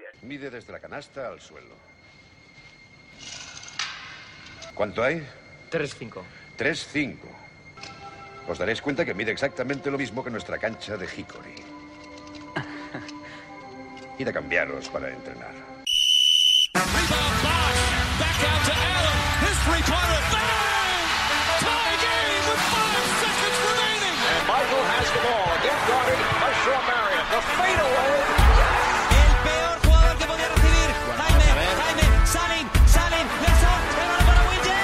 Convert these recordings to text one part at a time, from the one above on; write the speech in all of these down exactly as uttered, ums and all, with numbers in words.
Mide desde la canasta al suelo. ¿Cuánto hay? tres cinco. tres cinco. Os daréis cuenta que mide exactamente lo mismo que nuestra cancha de Hickory. Id a cambiaros para entrenar. Michael has the ball. Again guarded by Shawn Marion. The fadeaway. El peor jugador que podía recibir. Jaime, Jaime, salen, salen. Nelson, el balón para Williams.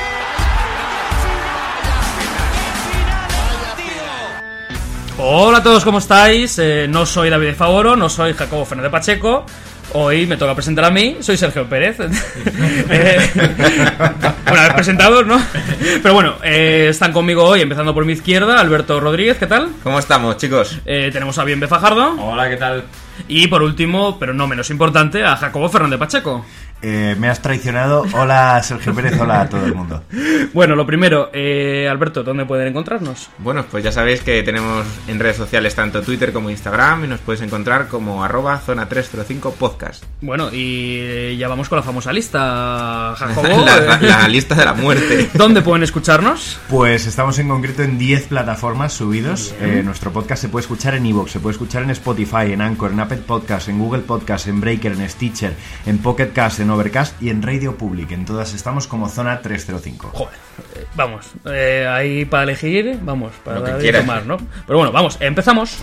¡Qué final de partido! Hola a todos, ¿cómo estáis? Eh, no soy David de Favoro, no soy Jacobo Fernández Pacheco. Hoy me toca presentar a mí, soy Sergio Pérez. eh, una vez presentados, ¿no? Pero bueno, eh, están conmigo hoy, empezando por mi izquierda, Alberto Rodríguez, ¿qué tal? ¿Cómo estamos, chicos? Eh, tenemos a Bienve Fajardo. Hola, ¿qué tal? Y por último, pero no menos importante, a Jacobo Fernández Pacheco. Eh, me has traicionado. Hola, Sergio Pérez, hola a todo el mundo. Bueno, lo primero, eh, Alberto, ¿dónde pueden encontrarnos? Bueno, pues ya sabéis que tenemos en redes sociales tanto Twitter como Instagram y nos podéis encontrar como arroba zona tres cero cinco podcast. Bueno, y ya vamos con la famosa lista, Jacobo. la, la, la lista de la muerte. ¿Dónde pueden escucharnos? Pues estamos en concreto en diez plataformas subidos. Eh, nuestro podcast se puede escuchar en iVoox, se puede escuchar en Spotify, en Anchor, en Apple Podcast, en Google Podcast, en Breaker, en Stitcher, en Pocket Cast, en Overcast y en Radio Public. En todas estamos como Zona tres cero cinco. Joder, eh, vamos, eh, ahí para elegir, vamos, para Lo que dar y quieras. tomar, ¿no? Pero bueno, vamos, empezamos.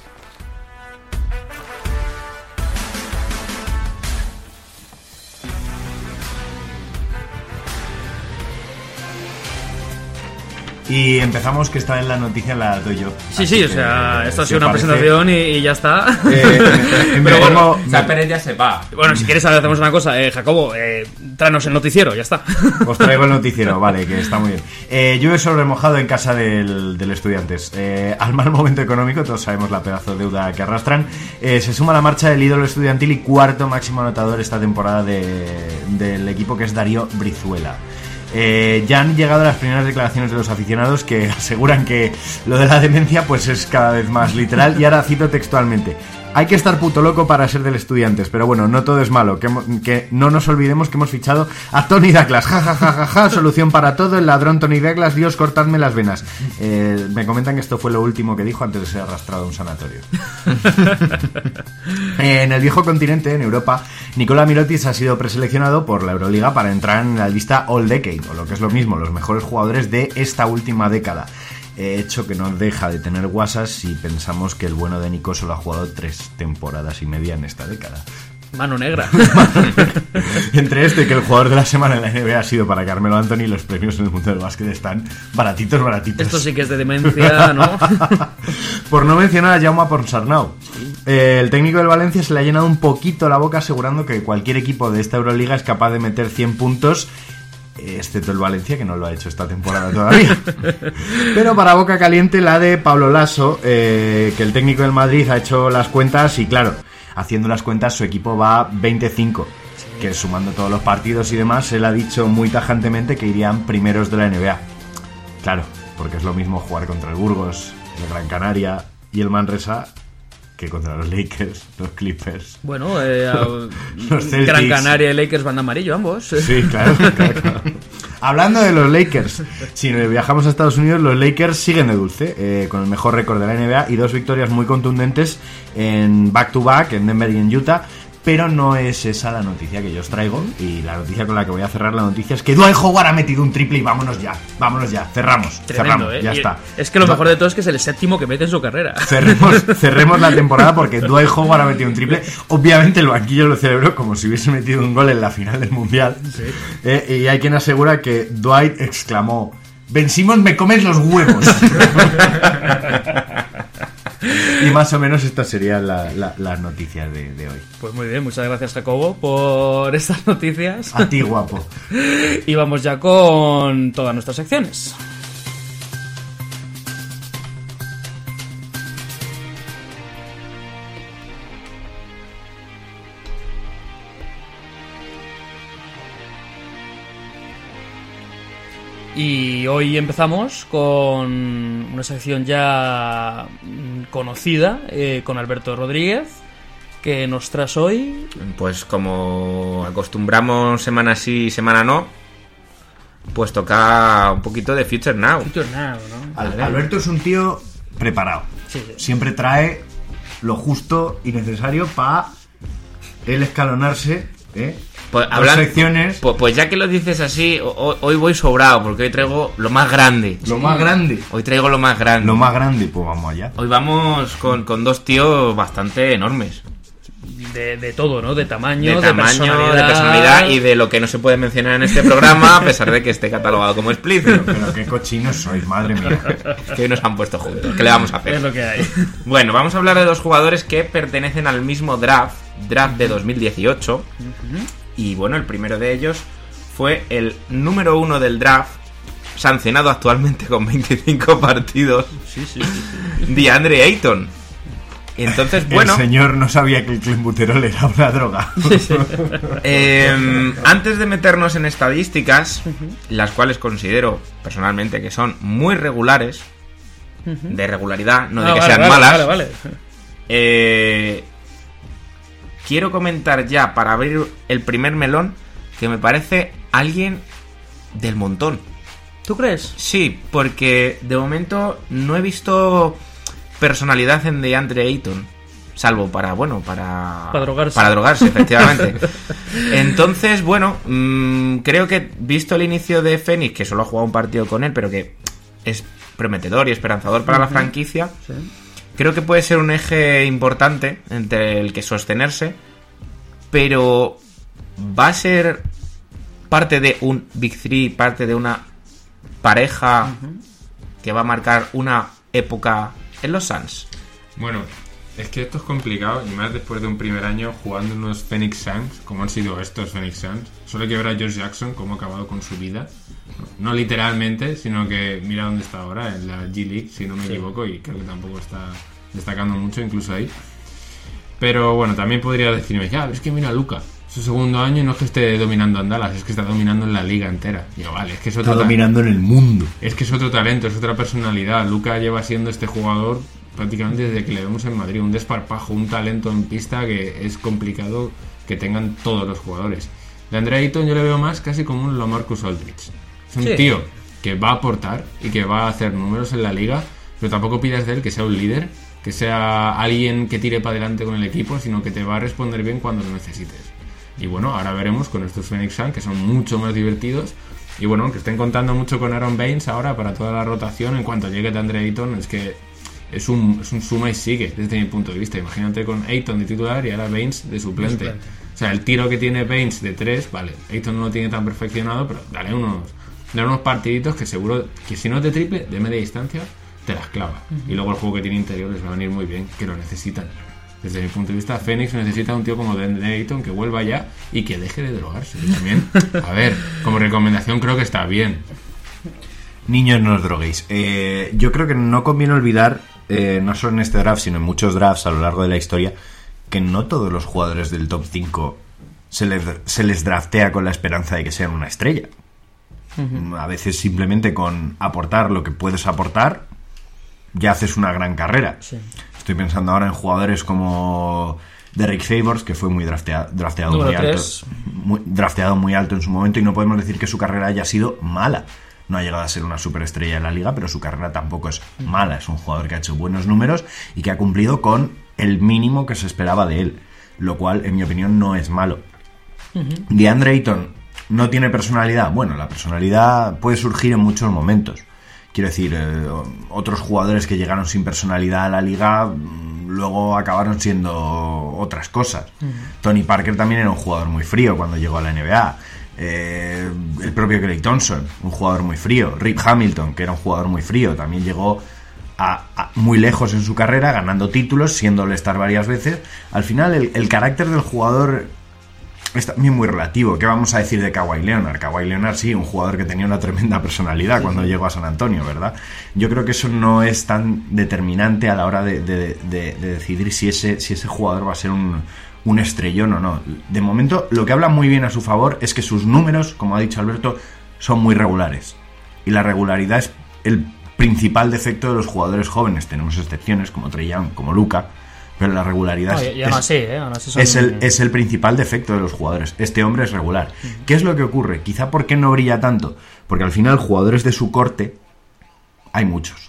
Y empezamos, que esta en la noticia la doy yo. Sí, Así sí, o que, sea, eh, esto ha si sido os una parece, presentación y, y ya está. eh, me- me Pero bueno, pongo- O sea, Pérez ya se va. Bueno, si quieres hacemos una cosa, eh, Jacobo, eh, tráenos el noticiero, ya está. Os traigo el noticiero, vale, que está muy bien. Eh, llueve sobre mojado en casa del, del Estudiantes. Eh, al mal momento económico, todos sabemos la pedazo de deuda que arrastran, eh, se suma la marcha del ídolo estudiantil y cuarto máximo anotador esta temporada de, del equipo, que es Darío Brizuela. Eh, ya han llegado las primeras declaraciones de los aficionados, que aseguran que lo de la demencia pues es cada vez más literal, y ahora cito textualmente: hay que estar puto loco para ser del Estudiantes, pero bueno, no todo es malo, que, hemos- que no nos olvidemos que hemos fichado a Tony Douglas, ja ja ja ja ja, solución para todo, el ladrón Tony Douglas, Dios, cortadme las venas. Eh, me comentan que esto fue lo último que dijo antes de ser arrastrado a un sanatorio. Eh, en el viejo continente, en Europa, Nikola Mirotic ha sido preseleccionado por la Euroliga para entrar en la lista All Decade, o lo que es lo mismo, los mejores jugadores de esta última década. Eh, hecho que no deja de tener guasas si pensamos que el bueno de Nico solo ha jugado tres temporadas y media en esta década. Mano negra. Entre esto y que el jugador de la semana en la N B A ha sido para Carmelo Anthony, los premios en el mundo del básquet están baratitos, baratitos. Esto sí que es de demencia, ¿no? Por no mencionar a Jaume Ponsarnau. Eh, el técnico del Valencia se le ha llenado un poquito la boca asegurando que cualquier equipo de esta Euroliga es capaz de meter cien puntos, excepto el Valencia, que no lo ha hecho esta temporada todavía. Pero para boca caliente la de Pablo Lasso, eh, que el técnico del Madrid ha hecho las cuentas y claro, haciendo las cuentas su equipo va veinticinco, que sumando todos los partidos y demás, él ha dicho muy tajantemente que irían primeros de la N B A. Claro, porque es lo mismo jugar contra el Burgos, el Gran Canaria y el Manresa que contra los Lakers, los Clippers. Bueno, eh, a- Los Celtics. Gran Canaria y Lakers van de amarillo ambos. Sí, claro, claro, claro. Hablando de los Lakers, si viajamos a Estados Unidos, los Lakers siguen de dulce, eh, con el mejor récord de la N B A y dos victorias muy contundentes en back-to-back, en Denver y en Utah. Pero no es esa la noticia que yo os traigo, y la noticia con la que voy a cerrar la noticia es que Dwight Howard ha metido un triple y vámonos ya, vámonos ya, cerramos, Tremendo, cerramos, ¿eh? ya Y está. Es que lo mejor de todo es que es el séptimo que mete en su carrera. Cerremos, cerremos la temporada porque Dwight Howard ha metido un triple. Obviamente el banquillo lo celebró como si hubiese metido un gol en la final del Mundial. Eh, y hay quien asegura que Dwight exclamó: Ben Simmons, me comes los huevos. Y más o menos estas serían la- la- las noticias de, de hoy. Pues muy bien, muchas gracias, Jacobo, por estas noticias. A ti, guapo. Y vamos ya con todas nuestras secciones. Y hoy empezamos con una sección ya mm, conocida, eh, con Alberto Rodríguez, que nos traes hoy. Pues como acostumbramos semana sí, semana no, pues toca un poquito de Future Now. Future Now, ¿no? Al- Alberto es un tío preparado. Sí, sí. Siempre trae lo justo y necesario para él escalonarse, ¿eh? Pues, Dos hablan- secciones. pues, pues ya que lo dices así, ho- hoy voy sobrado porque hoy traigo lo más grande. Lo más grande. Hoy traigo lo más grande. Lo más grande, pues vamos allá. Hoy vamos con, con dos tíos bastante enormes. De, de todo, ¿no? De tamaño, De de, tamaño, personalidad. de personalidad y de lo que no se puede mencionar en este programa, a pesar de que esté catalogado como explícito. Pero qué cochinos sois, madre mía. Es que hoy nos han puesto juntos. ¿Qué le vamos a Es hacer? lo que hay. Bueno, vamos a hablar de dos jugadores que pertenecen al mismo draft, draft de dos mil dieciocho. Y bueno, el primero de ellos fue el número uno del draft, sancionado actualmente con veinticinco partidos, Sí, sí, sí. DeAndre Ayton. Y entonces, bueno, El señor no sabía que el clenbuterol era una droga. eh, antes de meternos en estadísticas, las cuales considero personalmente que son muy regulares, de regularidad, no de Ah, que vale, sean vale, malas, Vale, vale. eh, quiero comentar ya, para abrir el primer melón, que me parece alguien del montón. ¿Tú crees? Sí, porque de momento no he visto personalidad en DeAndre Ayton, salvo para, bueno, para... Para drogarse. Para drogarse, efectivamente. Entonces, bueno, mmm, creo que visto el inicio de Phoenix, que solo ha jugado un partido con él, pero que es prometedor y esperanzador para la franquicia, Sí. creo que puede ser un eje importante entre el que sostenerse, pero va a ser parte de un Big Three, parte de una pareja que va a marcar una época en los Suns. Bueno, es que esto es complicado, y más después de un primer año jugando en unos Phoenix Suns, como han sido estos Phoenix Suns. Solo hay que ver a George Jackson cómo ha acabado con su vida. No literalmente, sino que mira dónde está ahora, en la G League, si no me equivoco, y creo que tampoco está destacando mucho, incluso ahí. Pero bueno, también podría decirme, ya, es que mira a Luka, su segundo año no es que esté dominando en Dallas, es que está dominando en la liga entera. Digo, vale, es que es otro Está ta- dominando en el mundo. es que es otro talento, es otra personalidad. Luka lleva siendo este jugador prácticamente desde que le vemos en Madrid, un desparpajo, un talento en pista que es complicado que tengan todos los jugadores. De Andre Ayton yo le veo más casi como un LaMarcus Aldridge. Es un Sí. tío que va a aportar y que va a hacer números en la liga, pero tampoco pidas de él que sea un líder, que sea alguien que tire para adelante con el equipo, sino que te va a responder bien cuando lo necesites. Y bueno, ahora veremos con estos Phoenix Suns, que son mucho más divertidos. Y bueno, que estén contando mucho con Aaron Baines ahora para toda la rotación. En cuanto llegue DeAndre Ayton, es que es un, es un suma y sigue desde mi punto de vista. Imagínate con Ayton de titular y ahora Baines de suplente. suplente. O sea, el tiro que tiene Baines de tres, vale, Ayton no lo tiene tan perfeccionado, pero dale unos, dale unos partiditos que seguro que si no es de triple, de media distancia, te las clava. Y luego el juego que tiene interior les va a venir muy bien, que lo necesitan. Desde mi punto de vista, Phoenix necesita un tío como DeAndre Ayton que vuelva ya y que deje de drogarse. Y también, a ver, como recomendación creo que está bien. Niños, no os droguéis. Eh, yo creo que no conviene olvidar, eh, no solo en este draft, sino en muchos drafts a lo largo de la historia, que no todos los jugadores del top cinco se les, se les draftea con la esperanza de que sean una estrella. A veces simplemente con aportar lo que puedes aportar, ya haces una gran carrera. Sí. Estoy pensando ahora en jugadores como Derrick Favors, que fue muy draftea- drafteado Número muy alto, tres. muy, drafteado muy alto en su momento, y no podemos decir que su carrera haya sido mala. No ha llegado a ser una superestrella en la liga, pero su carrera tampoco es mala. Es un jugador que ha hecho buenos números y que ha cumplido con el mínimo que se esperaba de él, lo cual, en mi opinión, no es malo. DeAndre Ayton no tiene personalidad. Bueno, la personalidad puede surgir en muchos momentos. Quiero decir, eh, otros jugadores que llegaron sin personalidad a la liga mm, luego acabaron siendo otras cosas. Tony Parker también era un jugador muy frío cuando llegó a la N B A. Eh, el propio Klay Thompson, un jugador muy frío. Rip Hamilton, que era un jugador muy frío, también llegó a, a muy lejos en su carrera, ganando títulos, siendo All-Star varias veces. Al final, el, el carácter del jugador es también muy relativo. ¿Qué vamos a decir de Kawhi Leonard? Kawhi Leonard, sí, un jugador que tenía una tremenda personalidad cuando llegó a San Antonio, ¿verdad? Yo creo que eso no es tan determinante a la hora de, de, de, de decidir si ese, si ese jugador va a ser un, un estrellón o no. De momento, lo que habla muy bien a su favor es que sus números, como ha dicho Alberto, son muy regulares. Y la regularidad es el principal defecto de los jugadores jóvenes. Tenemos excepciones como Trae Young, como Luka, pero la regularidad No, es, y, y aún es- así, ¿eh? Aún así son- es el, es el principal defecto de los jugadores. Este hombre es regular. ¿Qué es lo que ocurre? Quizá ¿por qué no brilla tanto? Porque al final jugadores de su corte hay muchos.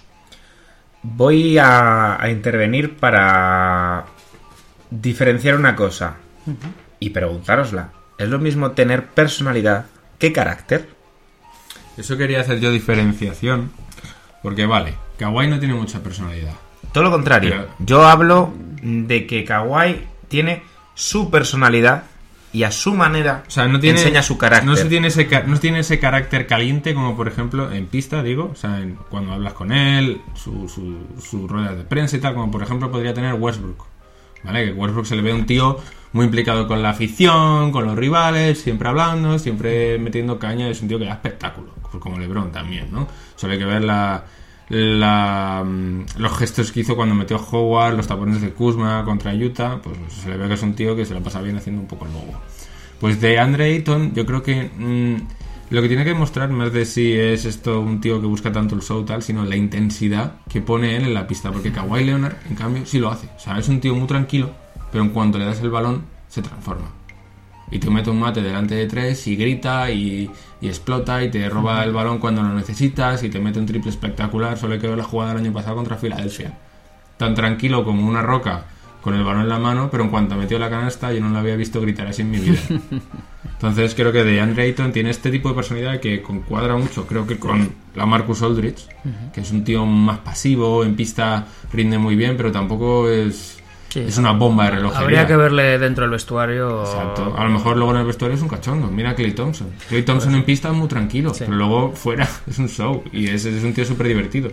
Voy a, a intervenir para diferenciar una cosa y preguntárosla. ¿Es lo mismo tener personalidad que carácter? Eso quería hacer yo diferenciación. Porque vale, Kawhi no tiene mucha personalidad. Todo lo contrario. Pero- Yo hablo de que Kawhi tiene su personalidad y a su manera O sea, no tiene, enseña su carácter. No, se tiene ese, ca- no tiene ese carácter caliente como, por ejemplo, en pista, digo. O sea, en- cuando hablas con él, su, su, su rueda de prensa y tal, como por ejemplo podría tener Westbrook. ¿Vale? Que Westbrook se le ve un tío muy implicado con la afición, con los rivales, siempre hablando, siempre metiendo caña. Es un tío que da espectáculo, pues como LeBron también, ¿no? Solo hay que ver la, la, mm, los gestos que hizo cuando metió a Howard, los tapones de Kuzma contra Utah. Pues se le ve que es un tío que se la pasa bien haciendo un poco el bobo. Pues de Andre Ayton, yo creo que mmm, lo que tiene que mostrar más de si es esto un tío que busca tanto el show tal, sino la intensidad que pone él en la pista, porque Kawhi Leonard en cambio sí lo hace. O sea, es un tío muy tranquilo, pero en cuanto le das el balón se transforma y te mete un mate delante de tres y grita y, y explota y te roba el balón cuando lo necesitas y te mete un triple espectacular. Solo hay que ver la jugada del año pasado contra Filadelfia, tan tranquilo como una roca con el balón en la mano, pero en cuanto metió la canasta yo no lo había visto gritar así en mi vida. Entonces creo que DeAndre Ayton tiene este tipo de personalidad que concuadra mucho, creo que con la Marcus Aldridge, que es un tío más pasivo, en pista rinde muy bien, pero tampoco es, Sí. es una bomba de relojería. Habría que verle dentro del vestuario. Exacto. A lo mejor luego en el vestuario es un cachondo. Mira a Klay Thompson. Klay Thompson en pista es muy tranquilo, Sí. pero luego fuera es un show y es, es un tío súper divertido.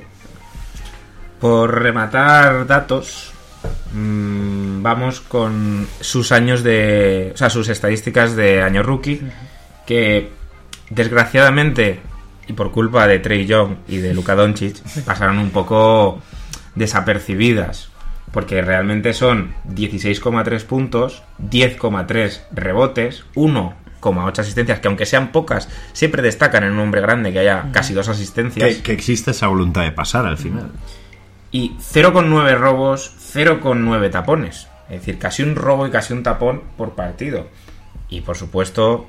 Por rematar datos, mmm, vamos con sus años de... O sea, sus estadísticas de año rookie, que desgraciadamente, y por culpa de Trae Young y de Luka Doncic, pasaron un poco desapercibidas, porque realmente son dieciséis coma tres puntos, diez coma tres rebotes, uno coma ocho asistencias, que aunque sean pocas, siempre destacan en un hombre grande que haya casi dos asistencias. Que, que existe esa voluntad de pasar al final. Y cero coma nueve robos, cero coma nueve tapones. Es decir, casi un robo y casi un tapón por partido. Y por supuesto,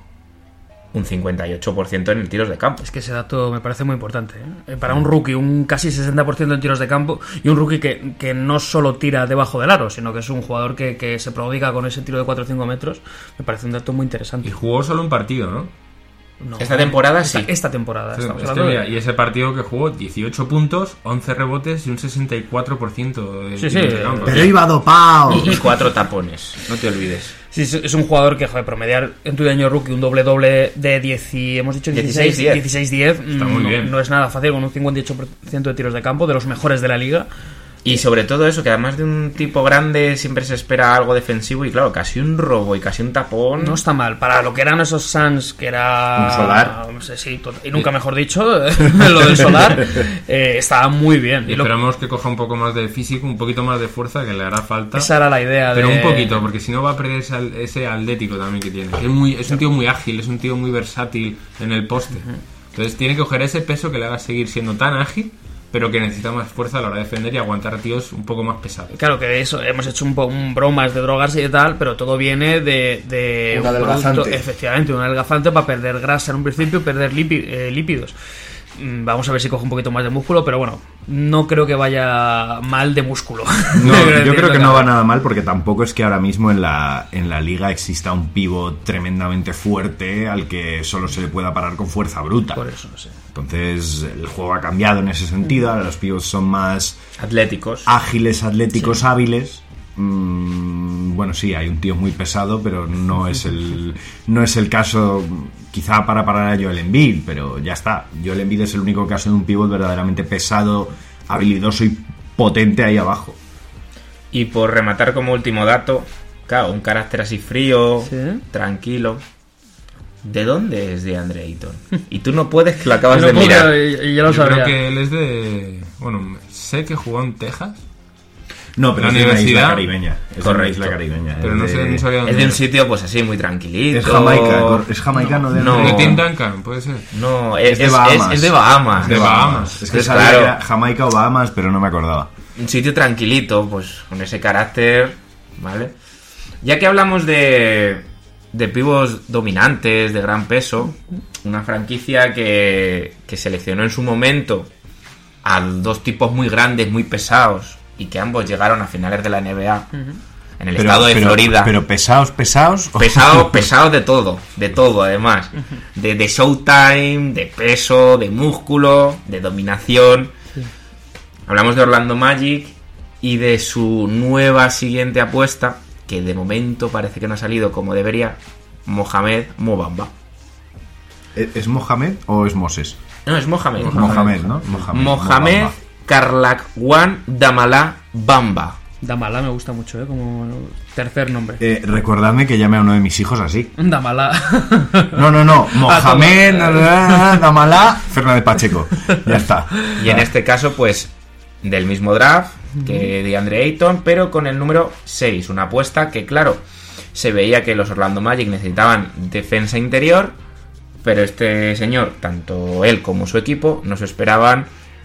un cincuenta y ocho por ciento en el tiros de campo. Es que ese dato me parece muy importante, ¿eh? Eh, Para un rookie, un casi sesenta por ciento en tiros de campo, y un rookie que, que no solo tira debajo del aro, sino que es un jugador que, que se prodiga con ese tiro de cuatro o cinco metros, me parece un dato muy interesante. Y jugó solo un partido, ¿no? No, Esta temporada esta, sí. Esta temporada. Sí, estamos es que hablando de- mira, y ese partido que jugó dieciocho puntos, once rebotes y un sesenta y cuatro por ciento de Sí, tiros sí. de campo. Pero iba dopado. Y, y cuatro tapones, no te olvides. Sí, es- es un jugador que, joder, promediar en tu año rookie un doble doble de diez, y hemos dicho dieciséis diez. dieciséis diez, Está muy no, bien. no es nada fácil, con un cincuenta y ocho por ciento de tiros de campo, de los mejores de la liga. Y sobre todo eso, que además de un tipo grande siempre se espera algo defensivo y claro, casi un robo y casi un tapón. No está mal, para lo que eran esos Suns, que era... Un solar. No sé, sí, tot- y nunca mejor dicho, lo del solar, eh, estaba muy bien. Y Y lo- esperamos que coja un poco más de físico, un poquito más de fuerza, que le hará falta. esa era la idea de... Pero un poquito, porque si no va a perder ese, al- ese atlético también que tiene. Es, muy, es un tío muy ágil, es un tío muy versátil en el poste. Entonces tiene que coger ese peso que le haga seguir siendo tan ágil, pero que necesita más fuerza a la hora de defender y aguantar a tíos un poco más pesados. Claro que de eso hemos hecho un, po- un bromas de drogas y tal, pero todo viene de, de Un adelgazante. producto- efectivamente, un adelgazante para perder grasa en un principio y perder lipi- eh, lípidos. Mm, Vamos a ver si coge un poquito más de músculo, pero bueno, no creo que vaya mal de músculo. No, yo creo que no va nada mal porque tampoco es que ahora mismo en la, en la liga exista un pívot tremendamente fuerte al que solo se le pueda parar con fuerza bruta. Por eso, no sé. Entonces el juego ha cambiado en ese sentido, ahora los pivots son más Atléticos. ágiles, atléticos, hábiles. Mm, bueno, sí, hay un tío muy pesado, pero no es el no es el caso quizá para parar a Joel Embiid, pero ya está. Joel Embiid es el único caso de un pívot verdaderamente pesado, habilidoso y potente ahí abajo. Y por rematar como último dato, claro, un carácter así frío, Sí. tranquilo. ¿De dónde es DeAndre Ayton? Y tú no puedes, que lo acabas No de puedo, mirar. y- y ya lo Yo sabía. creo que él es de... Bueno, sé que jugó en Texas, No, pero La es de una isla universidad. caribeña. Es de una Correcto. isla caribeña. pero es no de- sé, no sabía dónde Es de un era. sitio pues así muy tranquilito. Es Jamaica, cor- es jamaicano de No. ¿De no, Tim Duncan? Puede ser. No, es, Es de es- Bahamas. es- es de Bahamas. De Bahamas. Es que Pues sabía claro. que era Jamaica o Bahamas, pero no me acordaba. un sitio tranquilito, pues con ese carácter, ¿vale? Ya que hablamos de, de pibos dominantes, de gran peso, una franquicia que, que seleccionó en su momento a dos tipos muy grandes, muy pesados, y que ambos llegaron a finales de la N B A, en el Pero- estado de pero- Florida. Pero pesados, pesados. Pesado, pesado de todo, de todo además. De, de showtime, de peso, de músculo, de dominación. Hablamos de Orlando Magic y de su nueva siguiente apuesta, que de momento parece que no ha salido como debería, Mohamed Mo Bamba. ¿Es ¿es Mohamed o es Moses? No, es Mohamed. Mohamed, ¿no? Mohamed. Mohamed Mo Karlakwan Damala Bamba. Damala me gusta mucho, ¿eh? Como tercer nombre. Eh, recordadme que llame a uno de mis hijos así. Damala. No, no, no. Mohamed, toma. Damalá, Fernández Pacheco. Ya está. Y en este caso, pues, del mismo draft que DeAndre Ayton, pero con el número seis. Una apuesta que, claro, se veía que los Orlando Magic necesitaban defensa interior, pero este señor, tanto él como su equipo, no se esperaban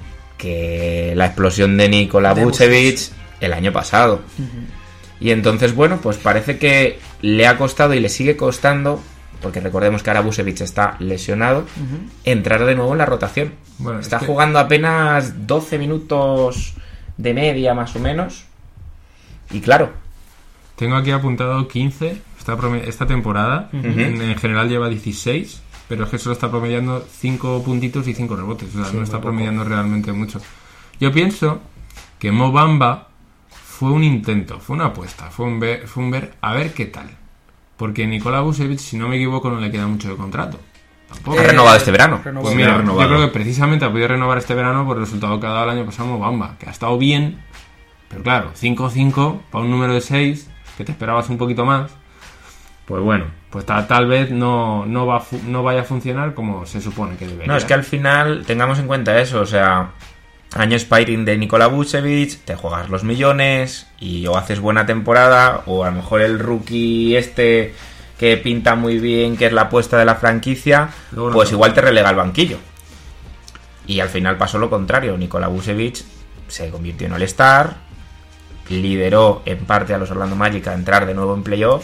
que la explosión de Nikola De Vucevic el año pasado. Y entonces, bueno, pues parece que le ha costado y le sigue costando, porque recordemos que ahora Vucevic está lesionado, entrar de nuevo en la rotación. Bueno, es está que- jugando apenas doce minutos de media, más o menos. Y claro, Tengo aquí apuntado quince esta, prome- esta temporada. en, en general lleva dieciséis, pero es que solo está promediando cinco puntitos y cinco rebotes. O sea, no está promediando realmente mucho. Yo pienso que Mo Bamba fue un intento, fue una apuesta, fue un ver, fue un ver a ver qué tal. Porque Nikola Vucevic, si no me equivoco, no le queda mucho de contrato. Tampoco. ha renovado este verano. renovado. Pues Sí, mira, ha renovado. yo creo que precisamente ha podido renovar este verano por el resultado que ha dado el año pasado Mo Bamba, que ha estado bien, pero claro, cinco cinco para un número de seis, que te esperabas un poquito más, pues bueno, pues tal, tal vez no, no, va a fu- no vaya a funcionar como se supone que debería. No, es que al final tengamos en cuenta eso, o sea, año Spiring de Nikola Vucevic, te juegas los millones y o haces buena temporada, o a lo mejor el rookie este que pinta muy bien, que es la apuesta de la franquicia, Luego no pues te- igual te relega al banquillo. Y al final pasó lo contrario, Nikola Vucevic se convirtió en All-Star, lideró en parte a los Orlando Magic a entrar de nuevo en playoff,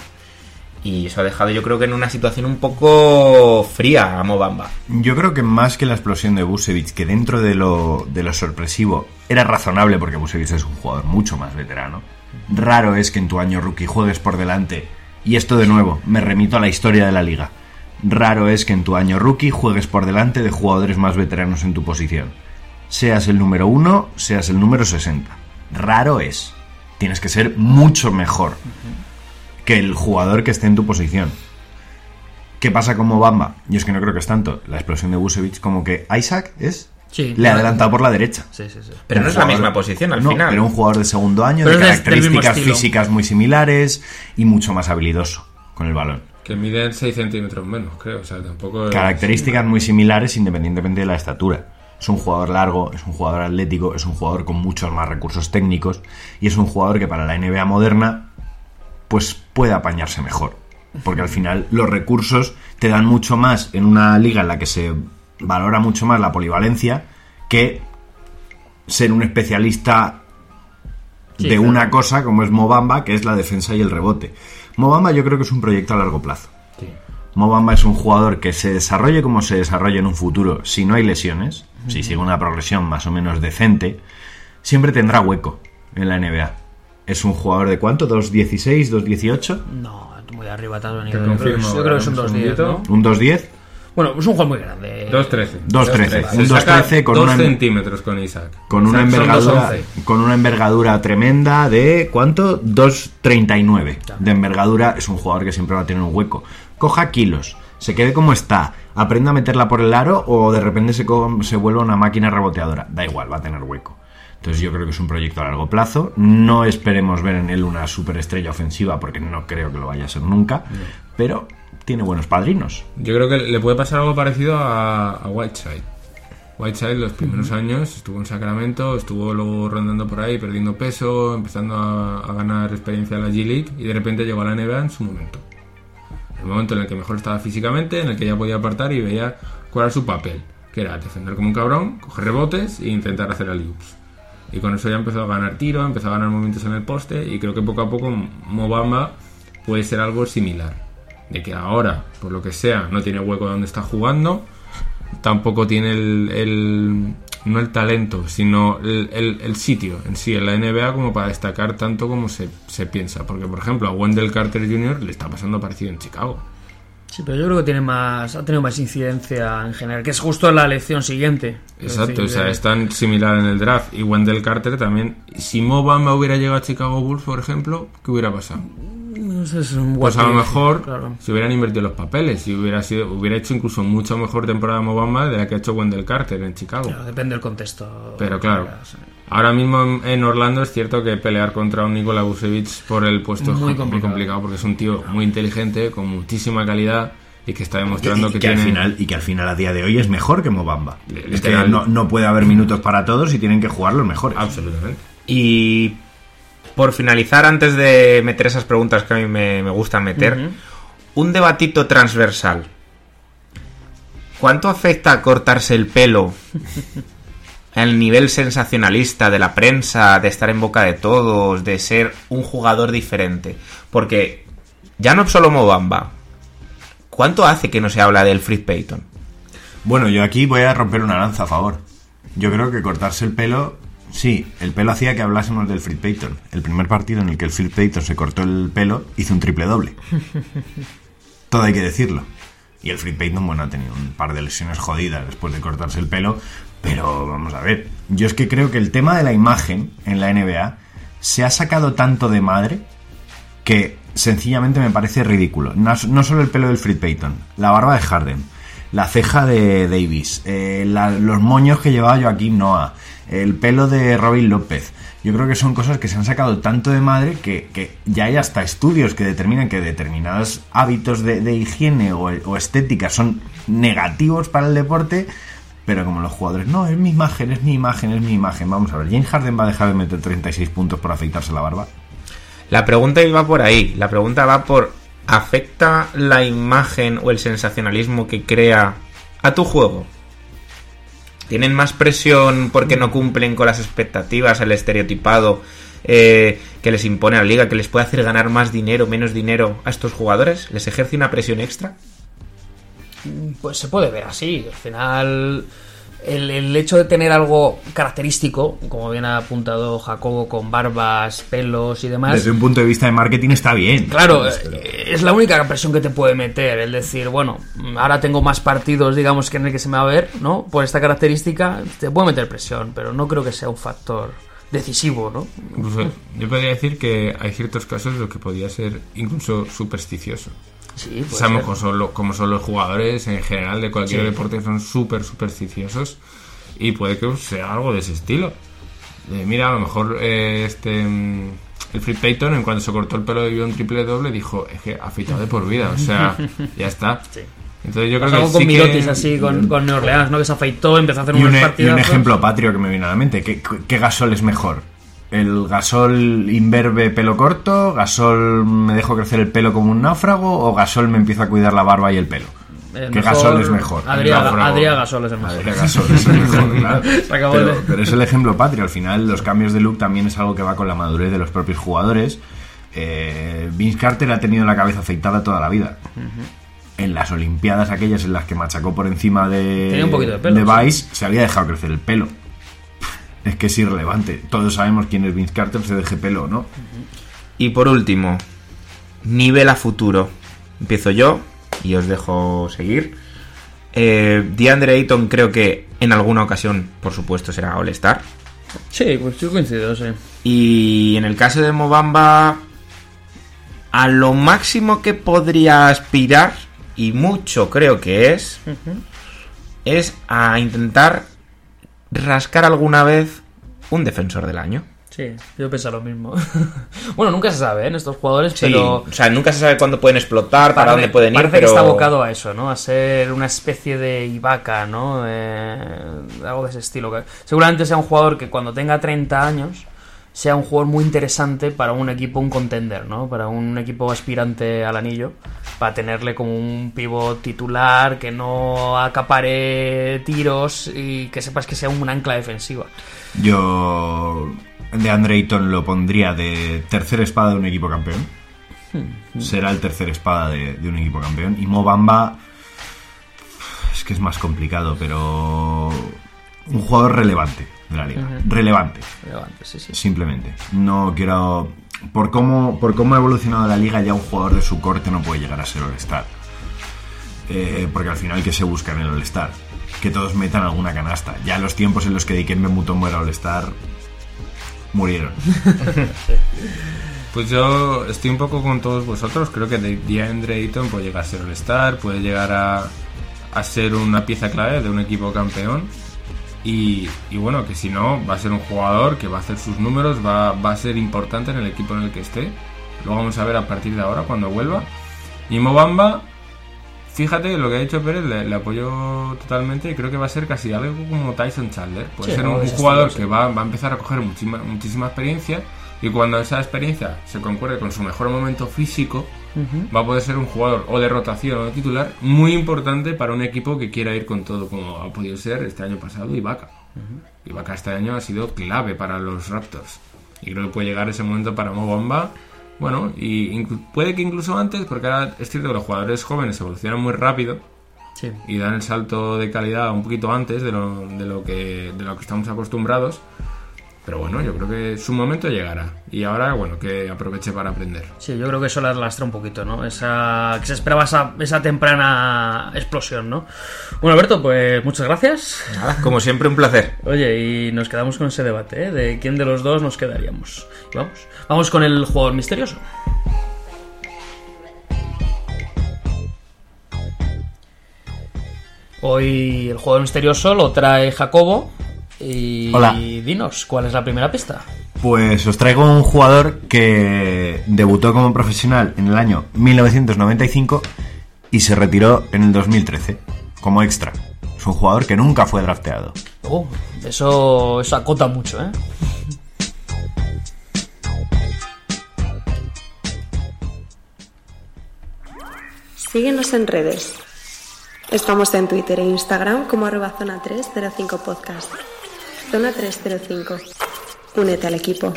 y eso ha dejado, yo creo que en una situación un poco fría a Mo Bamba. Yo creo que más que la explosión de Vucevic, que dentro de lo, de lo sorpresivo era razonable porque Vucevic es un jugador mucho más veterano, raro es que en tu año rookie juegues por delante, y esto de nuevo, me remito a la historia de la liga, raro es que en tu año rookie juegues por delante de jugadores más veteranos en tu posición. Seas el número uno, seas el número sesenta. Raro es. Tienes que ser mucho mejor que el jugador que esté en tu posición. ¿Qué pasa con Mo Bamba? Yo es que no creo que es tanto la explosión de Vucevic como que Isaac es... Sí. Le ha adelantado por la derecha. Sí, sí, sí. Pero Un no es la jugador- misma posición al no, final. pero un jugador de segundo año, Pero de es del- del mismo características estilo. físicas muy similares y mucho más habilidoso con el balón. Que miden seis centímetros menos, creo. O sea, tampoco es- Características muy similares independientemente de la estatura. Es un jugador largo, es un jugador atlético, es un jugador con muchos más recursos técnicos y es un jugador que para la N B A moderna pues puede apañarse mejor. Porque al final los recursos te dan mucho más en una liga en la que se valora mucho más la polivalencia que ser un especialista Sí, de claro. una cosa como es Mo Bamba, que es la defensa y el rebote. Mo Bamba yo creo que es un proyecto a largo plazo. Mo Bamba es un jugador que se desarrolle como se desarrolle en un futuro, si no hay lesiones, si sigue una progresión más o menos decente, siempre tendrá hueco en la N B A. Es un jugador de ¿cuánto? ¿dos dieciséis, dos dieciocho? No, muy arriba te has venido. Te Yo creo, confirmo, yo creo que son un dos diez, ¿no? segundito. ¿Un dos diez? Bueno, es un juego muy grande. dos trece. dos trece. Se Un dos saca trece con dos una, centímetros con Isaac. con O sea, una son dos envergadura once. con una envergadura tremenda de ¿cuánto? dos treinta y nueve de envergadura. Es un jugador que siempre va a tener un hueco. Coja kilos, se quede como está, aprenda a meterla por el aro o de repente se, co- se vuelva una máquina reboteadora. Da igual, va a tener hueco. Entonces yo creo que es un proyecto a largo plazo. No esperemos ver en él una superestrella ofensiva porque no creo que lo vaya a ser nunca, pero tiene buenos padrinos. Yo creo que le puede pasar algo parecido a, a Whiteside. Whiteside los primeros años estuvo en Sacramento, estuvo luego rondando por ahí, perdiendo peso, empezando a, a ganar experiencia en la G League y de repente llegó a la N B A en su momento. El momento en el que mejor estaba físicamente, en el que ya podía apartar y veía cuál era su papel, que era defender como un cabrón, coger rebotes e intentar hacer alley-oops. y con eso ya empezó a ganar tiro, empezó a ganar movimientos en el poste, y creo que poco a poco Mo Bamba puede ser algo similar, de que ahora, por lo que sea, no tiene hueco donde está jugando, tampoco tiene el, el no el talento, sino el, el, el sitio en sí en la N B A como para destacar tanto como se, se piensa, porque por ejemplo a Wendell Carter junior le está pasando parecido en Chicago. Sí, pero yo creo que tiene más, ha tenido más incidencia en general, que es justo la elección siguiente. Exacto, decir, o sea, de... es tan similar en el draft. Y Wendell Carter también. Si Mo Bamba hubiera llegado a Chicago Bulls, por ejemplo, ¿qué hubiera pasado? No sé, es un Pues a lo mejor claro. se hubieran invertido los papeles, si hubiera sido, hubiera hecho incluso mucho mejor temporada Mo Bamba de la que ha hecho Wendell Carter en Chicago. Claro, depende del contexto. Pero claro, ahora mismo en Orlando es cierto que pelear contra un Nikola Vucevic por el puesto Muy es complicado. muy complicado, porque es un tío muy inteligente, con muchísima calidad, y que está demostrando y, y que, que tiene... al final y que al final a día de hoy es mejor que Mo Bamba. Es que Literal. no, no puede haber minutos para todos y tienen que jugar los mejores. Absolutamente. Y por finalizar, antes de meter esas preguntas que a mí me, me gustan meter, uh-huh. un debatito transversal. ¿Cuánto afecta a cortarse el pelo el nivel sensacionalista de la prensa, de estar en boca de todos, de ser un jugador diferente? Porque ya no solo Mo Bamba, ¿cuánto hace que no se habla del Elfrid Payton? Bueno, yo aquí voy a romper una lanza a favor. Yo creo que cortarse el pelo... Sí, el pelo hacía que hablásemos del Elfrid Payton. El primer partido en el que el Elfrid Payton se cortó el pelo hizo un triple doble. Todo hay que decirlo. Y el Elfrid Payton, bueno, ha tenido un par de lesiones jodidas después de cortarse el pelo. Pero vamos a ver. Yo es que creo que el tema de la imagen en la N B A se ha sacado tanto de madre que sencillamente me parece ridículo. No, no solo el pelo del Elfrid Payton, la barba de Harden, la ceja de Davis, eh, la, los moños que llevaba Joaquín Noah, el pelo de Robin López. Yo creo que son cosas que se han sacado tanto de madre que, que ya hay hasta estudios que determinan que determinados hábitos de, de higiene o, o estética son negativos para el deporte, pero como los jugadores, no, es mi imagen, es mi imagen, es mi imagen. Vamos a ver, ¿James Harden va a dejar de meter treinta y seis puntos por afeitarse la barba? La pregunta iba por ahí, la pregunta va por... ¿afecta la imagen o el sensacionalismo que crea a tu juego? ¿Tienen más presión porque no cumplen con las expectativas, el estereotipado eh, que les impone la liga, que les puede hacer ganar más dinero, menos dinero a estos jugadores? ¿Les ejerce una presión extra? Pues se puede ver así. Al final, el, el hecho de tener algo característico, como bien ha apuntado Jacobo, con barbas, pelos y demás... Desde un punto de vista de marketing está bien. Claro, es la única presión que te puede meter, el decir, bueno, ahora tengo más partidos, digamos, que en el que se me va a ver, ¿no? Por esta característica, te puede meter presión, pero no creo que sea un factor decisivo, ¿no? Incluso yo podría decir que hay ciertos casos en los que podría ser incluso supersticioso. Sí, Sabemos cómo son, los, cómo son los jugadores en general de cualquier sí. deporte, son súper supersticiosos, y puede que sea algo de ese estilo. Eh, mira, a lo mejor eh, este el Elfrid Payton, en cuanto se cortó el pelo y vio un triple doble, dijo, es que afeitado de por vida, o sea, ya está. Sí. Entonces yo creo Pasamos que con sí Mirotis que... así con, con New Orleans, ¿no? Que se afeitó, empezó a hacer y unos un, partidos. Y un ejemplo patrio que me viene a la mente. ¿Qué, qué Gasol es mejor? ¿El Gasol imberbe pelo corto? ¿Gasol me dejo crecer el pelo como un náufrago? ¿O Gasol me empieza a cuidar la barba y el pelo? El ¿Qué mejor, Gasol es mejor? Adrià, Náufrago. Adrià Gasol es el mejor. Adrià Gasol es el mejor, claro. Se acabó pero, de... pero es el ejemplo patrio. Al final los cambios de look también es algo que va con la madurez de los propios jugadores. eh, Vince Carter ha tenido la cabeza afeitada toda la vida. Uh-huh. En las Olimpiadas aquellas en las que machacó por encima de, Tenía un poquito de pelo, de Vice, sí. Se había dejado crecer el pelo. Es que es irrelevante. Todos sabemos quién es Vince Carter, se deje pelo o no. Y por último, nivel a futuro. Empiezo yo y os dejo seguir. eh, DeAndre Ayton creo que en alguna ocasión, por supuesto, será All-Star. Sí, pues yo coincido, sí. Y en el caso de Mo Bamba, a lo máximo que podría aspirar, y mucho creo que es, uh-huh. es a intentar rascar alguna vez un defensor del año. Sí, yo pienso lo mismo. Bueno, nunca se sabe, ¿eh? En estos jugadores, sí, pero... o sea, nunca se sabe cuándo pueden explotar, para, para dónde pueden ir, parece pero... que está abocado a eso, ¿no? A ser una especie de Ibaka, ¿no? Eh, algo de ese estilo. Seguramente sea un jugador que cuando tenga treinta años sea un jugador muy interesante para un equipo, un contender, ¿no? Para un equipo aspirante al anillo. para tenerle como un pivot titular que no acapare tiros y que sepas que sea un ancla defensiva. Yo de Andre Ayton lo pondría de tercera espada de un equipo campeón. Hmm. Será el tercer espada de, de un equipo campeón. Y Mo Bamba es que es más complicado, pero un jugador relevante de la liga. Uh-huh. Relevante. Relevante, sí, sí. Simplemente. No quiero... Por cómo, por cómo ha evolucionado la liga, ya un jugador de su corte no puede llegar a ser All-Star. Eh, porque al final, ¿qué se busca en el All-Star? Que todos metan alguna canasta. Ya los tiempos en los que Dikembe Mutombo era All-Star murieron. Pues yo estoy un poco con todos vosotros. Creo que DeAndre Ayton puede llegar a ser All-Star, puede llegar a, a ser una pieza clave de un equipo campeón. Y, y bueno, que si no, va a ser un jugador que va a hacer sus números, va, va a ser importante en el equipo en el que esté. Lo vamos a ver a partir de ahora, cuando vuelva. Y Mo Bamba, fíjate, lo que ha dicho Pérez, le, le apoyo totalmente y creo que va a ser casi algo como Tyson Chandler. Puede sí, ser un, un jugador estilo, que sí. va, va a empezar a coger muchísima, muchísima experiencia, y cuando esa experiencia se concuerde con su mejor momento físico, uh-huh. va a poder ser un jugador o de rotación o de titular muy importante para un equipo que quiera ir con todo, como ha podido ser este año pasado Ibaka. Uh-huh. Ibaka este año ha sido clave para los Raptors y creo que puede llegar ese momento para Mo Bamba. Bueno, y inclu- puede que incluso antes, porque ahora es cierto que los jugadores jóvenes evolucionan muy rápido, sí. y dan el salto de calidad un poquito antes de lo, de lo que de lo que estamos acostumbrados. Pero bueno, yo creo que su momento llegará. Y ahora, bueno, que aproveche para aprender. Sí, yo creo que eso le lastra un poquito, ¿no? Esa, que se esperaba esa, esa temprana explosión, ¿no? Bueno, Alberto, pues muchas gracias. Nada, como siempre, un placer. Oye, y nos quedamos con ese debate, ¿eh? De quién de los dos nos quedaríamos. Y vamos, vamos con el jugador misterioso. Hoy el jugador misterioso lo trae Jacobo. Y Hola. Dinos, ¿cuál es la primera pista? Pues os traigo un jugador que debutó como profesional en el año mil novecientos noventa y cinco y se retiró en el dos mil trece como extra. Es un jugador que nunca fue drafteado. Oh, eso, eso acota mucho, ¿eh? Síguenos en redes. Estamos en Twitter e Instagram como arroba zona tres cero cinco podcast. Zona tres cero cinco. Únete al equipo.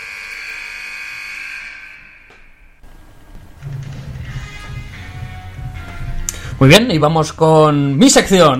Muy bien, y vamos con mi sección.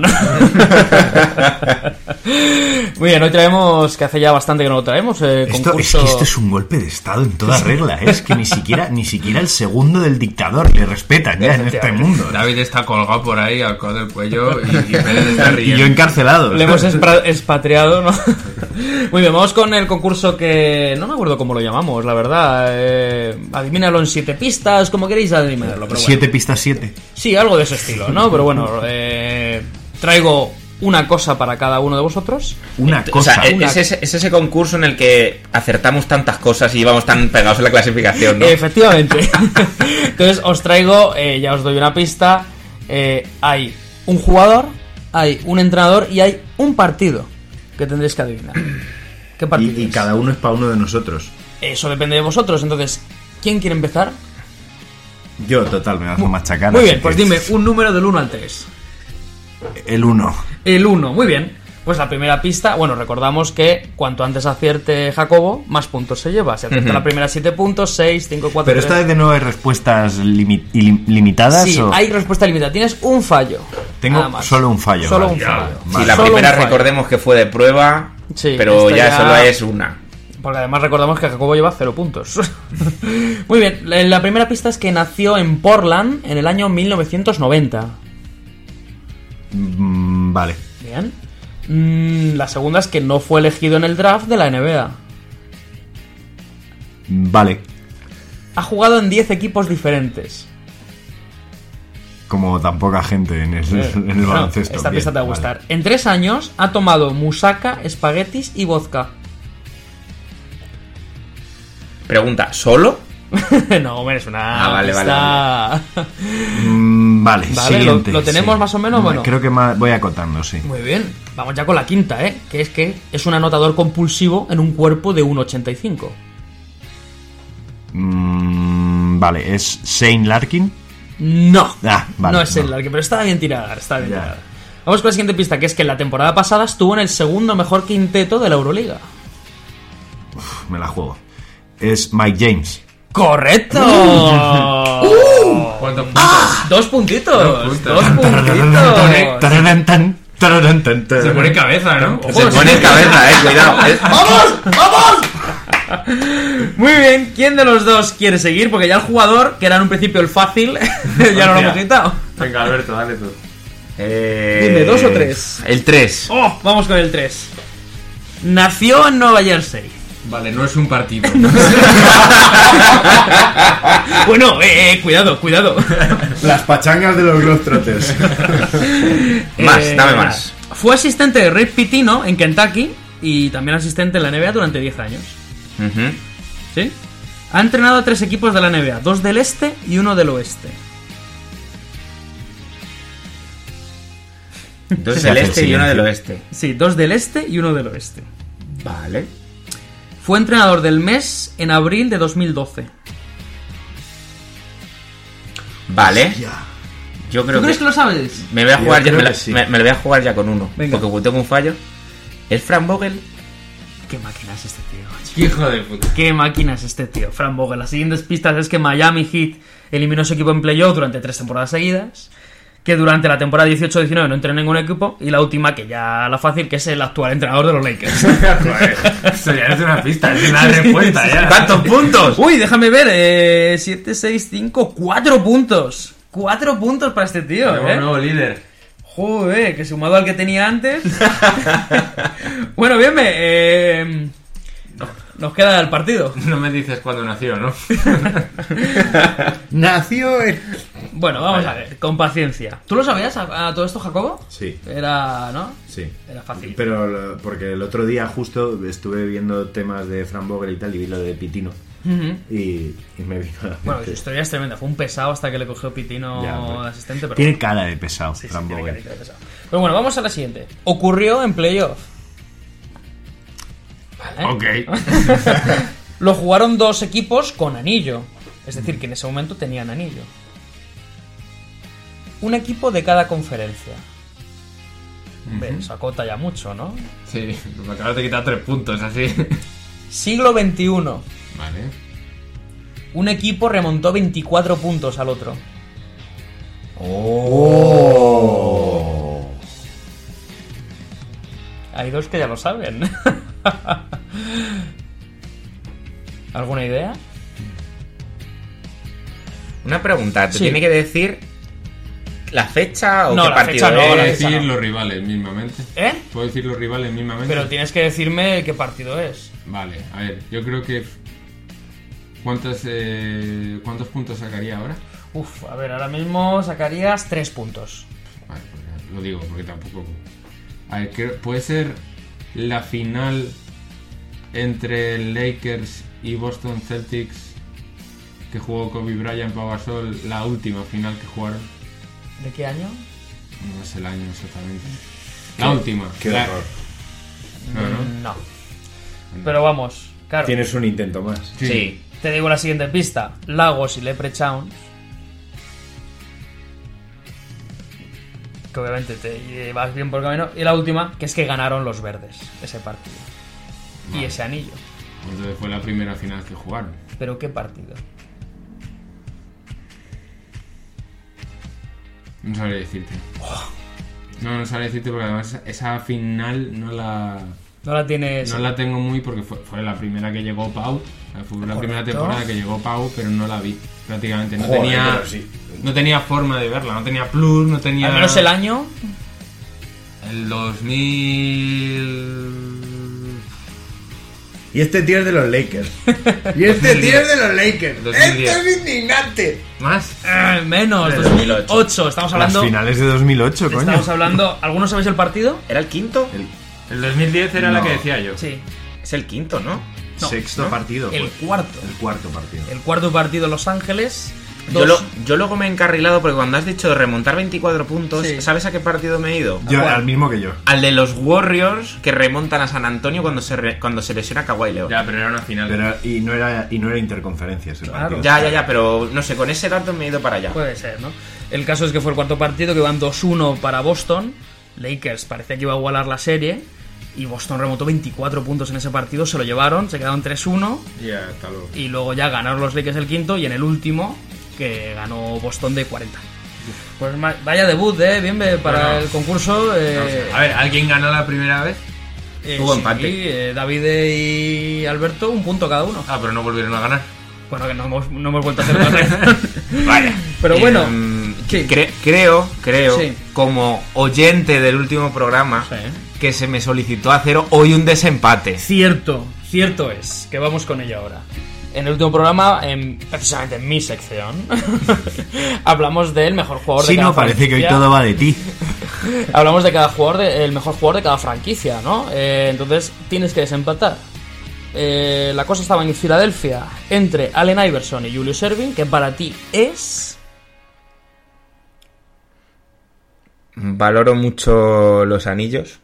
Muy bien, hoy traemos, que hace ya bastante que no lo traemos, eh, esto, concurso... Es que esto es un golpe de estado en toda regla, ¿eh? Es que ni siquiera ni siquiera el segundo del dictador le respetan ya en este mundo. David está colgado por ahí al codo del cuello y, y Pérez está riendo. Y yo encarcelado. Le hemos espra- expatriado, ¿no? Muy bien, vamos con el concurso que... No me acuerdo cómo lo llamamos, la verdad. Eh, adivínalo en siete pistas, como queréis adivinarlo. Pero siete bueno. pistas, siete. Sí, algo de ese estilo, ¿no? Pero bueno, eh, traigo una cosa para cada uno de vosotros. Una O cosa. sea, Una- es ese, es ese concurso en el que acertamos tantas cosas y vamos tan pegados en la clasificación, ¿no? Efectivamente. Entonces os traigo, eh, ya os doy una pista. Eh, hay un jugador, hay un entrenador y hay un partido que tendréis que adivinar. ¿Qué partido Y, y es? cada uno es para uno de nosotros. Eso depende de vosotros. Entonces, ¿quién quiere empezar? Yo, total, me vas a machacar. Muy así bien, pues que- dime un número del uno al tres. El uno. El uno, muy bien. Pues la primera pista, bueno, recordamos que cuanto antes acierte Jacobo, más puntos se lleva. Si acierta Ujú. la primera siete puntos, seis, cinco, cuatro, Pero tres... esta vez de nuevo hay respuestas limi- ilim- limitadas. Sí, o... hay respuesta limitada. Tienes un fallo. Tengo nada más. solo un fallo. Solo vale. un fallo. Sí, la Solo primera un fallo. recordemos que fue de prueba, Sí, pero esta ya, ya- solo es una. Porque además recordamos que Jacobo lleva cero puntos. Muy bien, la la primera pista es que nació en Portland en el año mil novecientos noventa. Mm, vale. Bien. Mm, la segunda es que no fue elegido en el draft de la N B A. Vale. Ha jugado en diez equipos diferentes. Como tan poca gente en el, en el Bueno, baloncesto. esta Bien, pista te va a vale. gustar. En tres años ha tomado musaca, espaguetis y vodka. Pregunta, ¿solo? No, hombre, es una Ah, vale, pista... Mm, vale, Vale, siguiente. ¿lo- lo tenemos sí. más o menos? Bueno. Creo que ma- voy acotando, sí. Muy bien, vamos ya con la quinta, ¿eh? Que es que es un anotador compulsivo en un cuerpo de uno ochenta y cinco. Mm, vale, es Shane Larkin. No, Ah, vale, no es el no. Larkin, pero estaba bien tirada, estaba bien Ya. tirada. Vamos con la siguiente pista, que es que la temporada pasada estuvo en el segundo mejor quinteto de la Euroliga. Uf, me la juego. Es Mike James. ¡Correcto! ¿Cuántos puntos? Dos puntitos. Dos puntos. Dos puntitos. Tararán, tan, tararán, tan, tararán. Se pone cabeza, ¿no? Ojo, Se pone en cabeza, eh, cuidado. eh. Muy bien, ¿quién de los dos quiere seguir? Porque ya el jugador, que era en un principio el fácil, ya no lo hemos quitado. Venga, Alberto, dale tú. Eh, Dime, ¿dos o tres? El tres. Oh, vamos con el tres. Nació en Nueva Jersey. Vale, no es un partido. Bueno, eh, eh, cuidado, cuidado. Las pachangas de los Globetrotters. Más, Eh, dame más. Fue asistente de Rick Pitino en Kentucky y también asistente en la N B A durante diez años. Ujú. ¿Sí? Ha entrenado a tres equipos de la N B A, dos del este y uno del oeste. Dos Se del hace el este y uno del silencio. oeste. Sí, dos del este y uno del oeste. Vale. Fue entrenador del mes en abril de dos mil doce. Vale. Yo ¿Tú creo crees que que lo sabes? me voy a Yo jugar ya, creo me, la- que sí. me- me lo voy a jugar ya con uno. Venga. Porque tengo un fallo. ¿Es Frank Vogel? ¿Qué máquina es este tío? macho? Hijo de puta. ¿Qué máquina es este tío? Frank Vogel. Las siguientes pistas es que Miami Heat eliminó a su equipo en playoff durante tres temporadas seguidas. Que durante la temporada dieciocho diecinueve no entró en ningún equipo. Y la última, que ya la fácil, que es el actual entrenador de los Lakers. Joder, esto ya es una pista, es una respuesta ya. ¿Cuántos puntos? Uy, déjame ver. Eh, siete, seis, cinco, cuatro puntos. cuatro puntos para este tío, Tenemos eh. un nuevo líder. Joder, que sumado al que tenía antes. Bueno, bien, me, eh, nos queda el partido. No me dices cuándo nació, ¿no? Nació en... Bueno, vamos a ver, con paciencia. ¿Tú lo sabías a, a todo esto, Jacobo? Sí, Era, ¿no? sí. Era fácil. Pero lo- porque el otro día justo estuve viendo temas de Frank Vogel y tal y vi lo de Pitino Ujú. y, y me vino a la Bueno, mente. su historia es tremenda. Fue un pesado hasta que le cogió Pitino Ya, hombre. de asistente. Pero Tiene bueno. cara de pesado, Sí, sí, Frank tiene Vogel. carita de pesado. Pero bueno, vamos a la siguiente. Ocurrió en playoff. ¿Vale? Ok. Lo jugaron dos equipos con anillo. Es decir, que en ese momento tenían anillo. Un equipo de cada conferencia. Ve, se acota ya mucho, ¿no? Sí, me acabas de quitar tres puntos, así. Siglo veintiuno. Vale. Un equipo remontó veinticuatro puntos al otro. Oh. Hay dos que ya lo saben. ¿Alguna idea? Una pregunta, ¿te Sí. tiene que decir la fecha o No, qué la partido fecha no, es? la Puedo fecha decir no. los rivales mismamente. ¿Eh? ¿Puedo decir los rivales mismamente? Pero tienes que decirme qué partido es. Vale, a ver, yo creo que... ¿Cuántos, eh, ¿Cuántos puntos sacaría ahora? Uf, a ver, ahora mismo sacarías tres puntos. Vale, pues lo digo porque tampoco... A ver, creo- ¿puede ser la final entre Lakers y Boston Celtics que jugó Kobe Bryant, Pau Gasol, la última final que jugaron? ¿De qué año? No es el año exactamente. La última. Qué La- horror. No, no. No. Pero vamos, claro. Tienes un intento más. Sí. Te digo la siguiente pista. Lagos y Leprechauns. Que obviamente te vas bien por el camino. Y la última, que es que ganaron los verdes ese partido. Y Vale. ese anillo. Entonces fue la primera final que jugaron. ¿Pero qué partido? No sabría decirte. No, no sabría decirte porque además esa final no la... No la tienes... No la tengo muy porque fue, fue la primera que llegó Pau. Fue la primera Correcto. temporada que llegó Pau, pero no la vi. Prácticamente. No Joder, tenía. pero sí. No tenía forma de verla. No tenía plus, no tenía. Al menos el año. El dos mil. Y este tío es de los Lakers. Y este tío es de los Lakers. dos mil diez. ¡Esto es indignante! ¿Más? Eh, menos, De dos mil ocho. Estamos hablando... Las finales de dos mil ocho, coño. Estamos hablando... ¿Algunos sabéis el partido? ¿Era el quinto? El dos mil diez era la No. que decía yo. Sí. Es el quinto, ¿no? No, Sexto ¿no? partido. El pues. cuarto. El cuarto partido. El cuarto partido en Los Ángeles. Yo, Dos. lo, yo luego me he encarrilado porque cuando has dicho remontar veinticuatro puntos, Sí. ¿sabes a qué partido me he ido? Yo, ¿Cuál? al mismo que yo. Al de los Warriors que remontan a San Antonio cuando se, re- cuando se lesiona Kawhi Leonard. Ya, pero era una final. Pero, y no era y no era interconferencia ese Claro. partido. Ya, ya, ya, pero no sé, con ese dato me he ido para allá. Puede ser, ¿no? El caso es que fue el cuarto partido, que iban dos uno para Boston. Lakers parecía que iba a igualar la serie. Y Boston remontó veinticuatro puntos en ese partido, se lo llevaron, se quedaron tres uno. Ya, hasta luego. Y luego ya ganaron los Lakers el quinto y en el último, que ganó Boston de cuarenta. Pues ma- vaya debut, ¿eh? Bien ve- para Bueno. el concurso. eh, A ver, ¿alguien ganó la primera vez? eh, hubo sí, empate. eh, David y Alberto, un punto cada uno. Ah, pero no volvieron a ganar. Bueno, que no hemos, no hemos vuelto a hacer otra Vaya. Pero bueno, Em, sí. cre- creo, creo, Sí. como oyente del último programa, Sí. que se me solicitó hacer hoy un desempate. Cierto, cierto es, que vamos con ello ahora. En el último programa, en- precisamente en mi sección, hablamos del mejor jugador de Sí, cada no, parece que hoy franquicia. todo va de ti. Hablamos de cada jugador, de- el mejor jugador de cada franquicia, ¿no? Eh, entonces tienes que desempatar. Eh, la cosa estaba en Filadelfia entre Allen Iverson y Julius Erving, que para ti es... Valoro mucho los anillos,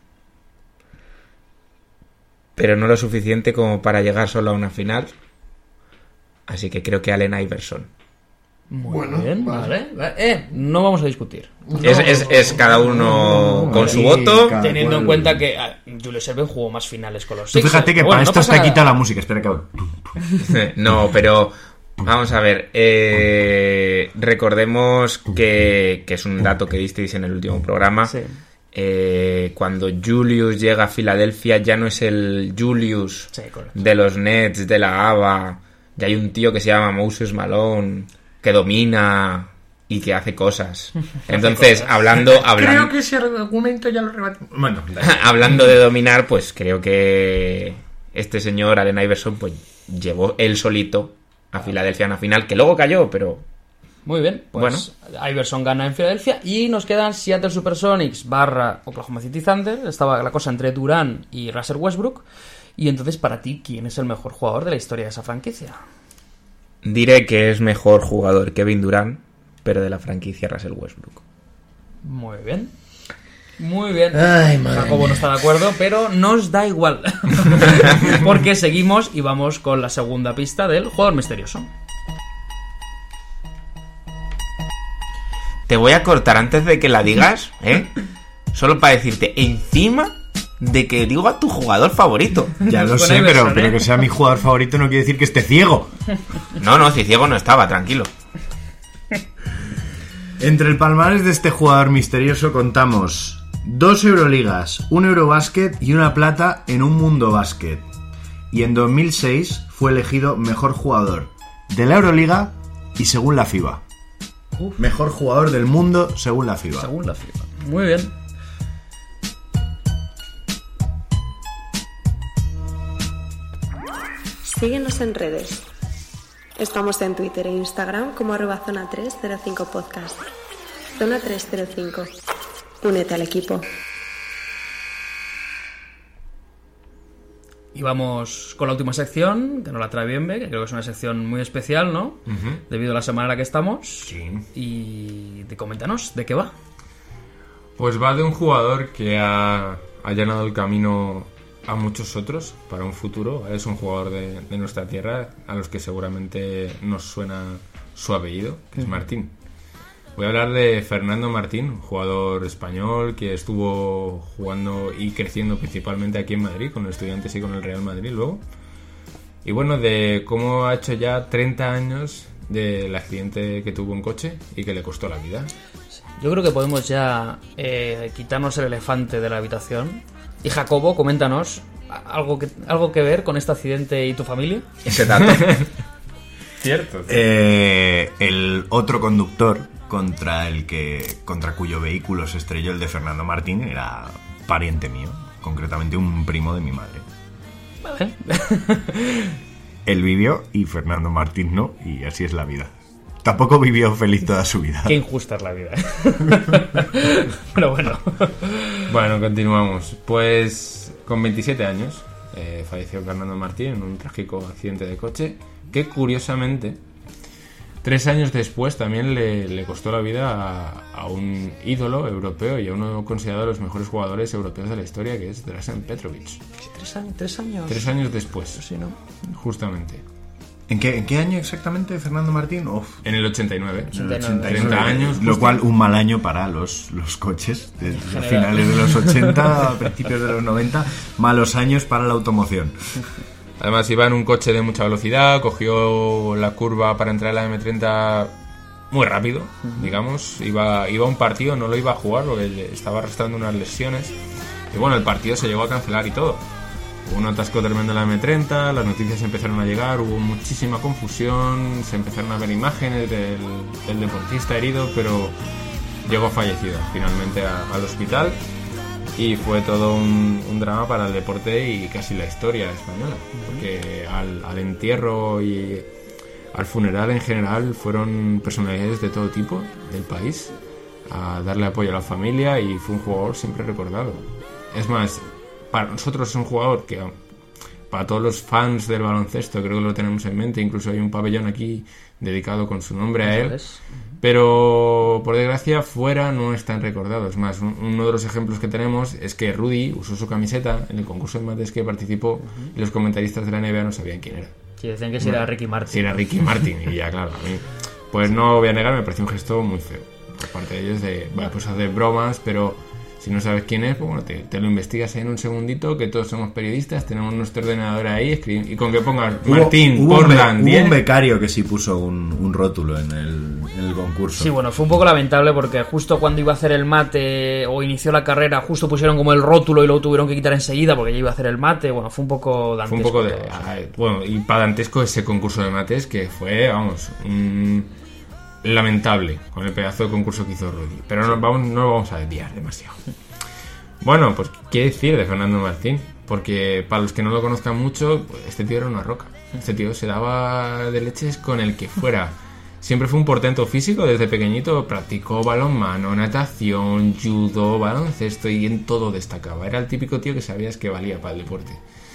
pero no lo suficiente como para llegar solo a una final. Así que creo que Allen Iverson. Muy bien, vale. vale. Eh, no vamos a discutir. es, es, es cada uno con su Ahí, voto. cada Teniendo en cual. cuenta que ah, Julius Erving jugó más finales con los Tú Sixers. fíjate que Pero para bueno, no esto pasa está nada. quitado la música. Espera que hago. No, pero vamos a ver. eh, recordemos que, que es un dato que disteis en el último programa. Sí. Eh, cuando Julius llega a Filadelfia ya no es el Julius Sí, correcto. de los Nets, de la A B A. Ya hay un tío que se llama Moses Malone que domina y que hace cosas. Entonces, hablando, hablando, que ese argumento ya lo rebatí. Bueno, hablando de dominar, pues creo que este señor Allen Iverson pues llevó él solito a Filadelfia en la final, que luego cayó, pero Muy bien, pues Iverson gana en Filadelfia y nos quedan Seattle Supersonics barra Oklahoma City Thunder. Estaba la cosa entre Durant y Russell Westbrook. Y entonces, para ti, ¿quién es el mejor jugador de la historia de esa franquicia? diré que es mejor jugador Kevin Durant, pero de la franquicia Russell Westbrook. Muy bien. Muy bien. Jacobo no está de acuerdo, pero nos da igual. Porque seguimos y vamos con la segunda pista del jugador misterioso. Te voy a cortar antes de que la digas, ¿eh? Solo para decirte, encima de que digo a tu jugador favorito. Ya lo Con sé, Iverson, pero, pero ¿eh? que sea mi jugador favorito no quiere decir que esté ciego. No, no, si ciego no estaba, tranquilo. Entre el palmarés de este jugador misterioso contamos dos Euroligas, un Eurobasket y una plata en un Mundo Básquet. Y en dos mil seis fue elegido mejor jugador de la Euroliga y según la FIBA. Uf. Mejor jugador del mundo según la FIBA. Según la FIFA. Muy bien. Síguenos en redes. Estamos en Twitter e Instagram como arroba zona tres cero cinco podcast. Zona tres cero cinco. Únete al equipo. Y vamos con la última sección, que nos la trae Bienve, que creo que es una sección muy especial, ¿no? Debido a la semana en la que estamos. Sí. Y te coméntanos, ¿de qué va? Pues va de un jugador que ha allanado el camino a muchos otros para un futuro. Es un jugador de, de nuestra tierra, a los que seguramente nos suena su apellido, que es Martín. Voy a hablar de Fernando Martín, un jugador español que estuvo jugando y creciendo principalmente aquí en Madrid, con los Estudiantes y con el Real Madrid luego. Y bueno, de cómo ha hecho ya treinta años del accidente que tuvo en coche y que le costó la vida. Yo creo que podemos ya eh, quitarnos el elefante de la habitación. Y Jacobo, coméntanos, ¿algo que, algo que ver con este accidente y tu familia? Ese dato. Cierto. Eh, el otro conductor contra el que contra cuyo vehículo se estrelló el de Fernando Martín era pariente mío, concretamente un primo de mi madre. Vale. Él vivió y Fernando Martín no, y así es la vida. Tampoco vivió feliz toda su vida. Qué injusta es la vida. Pero bueno. Bueno, continuamos. Pues con veintisiete años eh, falleció Fernando Martín en un trágico accidente de coche que curiosamente Tres años después también le, le costó la vida a, a un ídolo europeo y a uno considerado de los mejores jugadores europeos de la historia, que es Dražen Petrovic. ¿Tres años? ¿Tres años? Tres años después. Sí, ¿no? Justamente. ¿En qué, ¿En qué año exactamente, Fernando Martín? Uf. En el ochenta y nueve. En el ochenta y nueve. treinta años. Lo justo. cual, un mal año para los, los coches. Desde los finales de los ochenta a principios de los noventa. Malos años para la automoción. Además iba en un coche de mucha velocidad, cogió la curva para entrar en la eme treinta muy rápido, uh-huh. digamos. Iba, iba a un partido, no lo iba a jugar porque le estaba arrastrando unas lesiones. Y bueno, el partido se llegó a cancelar y todo. Hubo un atasco tremendo en la eme treinta, las noticias empezaron a llegar, hubo muchísima confusión, se empezaron a ver imágenes del, del deportista herido, pero llegó fallecido finalmente a, al hospital. Y fue todo un, un drama para el deporte y casi la historia española, porque al, al entierro y al funeral en general fueron personalidades de todo tipo del país a darle apoyo a la familia y fue un jugador siempre recordado. Es más, para nosotros es un jugador que, para todos los fans del baloncesto, creo que lo tenemos en mente, incluso hay un pabellón aquí dedicado con su nombre a él. Pero, por desgracia, fuera no están recordados. Más, uno de los ejemplos que tenemos es que Rudy usó su camiseta en el concurso de mates que participó uh-huh. y los comentaristas de la N B A no sabían quién era. Sí, decían que si era Ricky Martin. Si era Ricky Martin, y ya, claro, a mí, pues no voy a negar, me pareció un gesto muy feo por parte de ellos de, bueno, pues hacer bromas, pero si no sabes quién es, pues bueno, te, te lo investigas ahí en un segundito, que todos somos periodistas, tenemos nuestro ordenador ahí, escribir, y con que pongas hubo, Martín, hubo Portland, un, be- diez. Hubo un becario que sí puso un, un rótulo en el, en el concurso. Sí, bueno, fue un poco lamentable porque justo cuando iba a hacer el mate o inició la carrera, justo pusieron como el rótulo y lo tuvieron que quitar enseguida porque ya iba a hacer el mate. Bueno, fue un poco dantesco. Fue un poco de... todo, ay, bueno, y para dantesco ese concurso de mates que fue, vamos, un... lamentable con el pedazo de concurso que hizo Rudy. Pero no, vamos, no lo vamos a desviar demasiado. Bueno, pues qué decir de Fernando Martín, porque para los que no lo conozcan mucho, pues, este tío era una roca. Este tío se daba de leches con el que fuera. Siempre fue un portento físico desde pequeñito, practicó balonmano, natación, judo, baloncesto y en todo destacaba. Era el típico tío que sabías que valía para el deporte.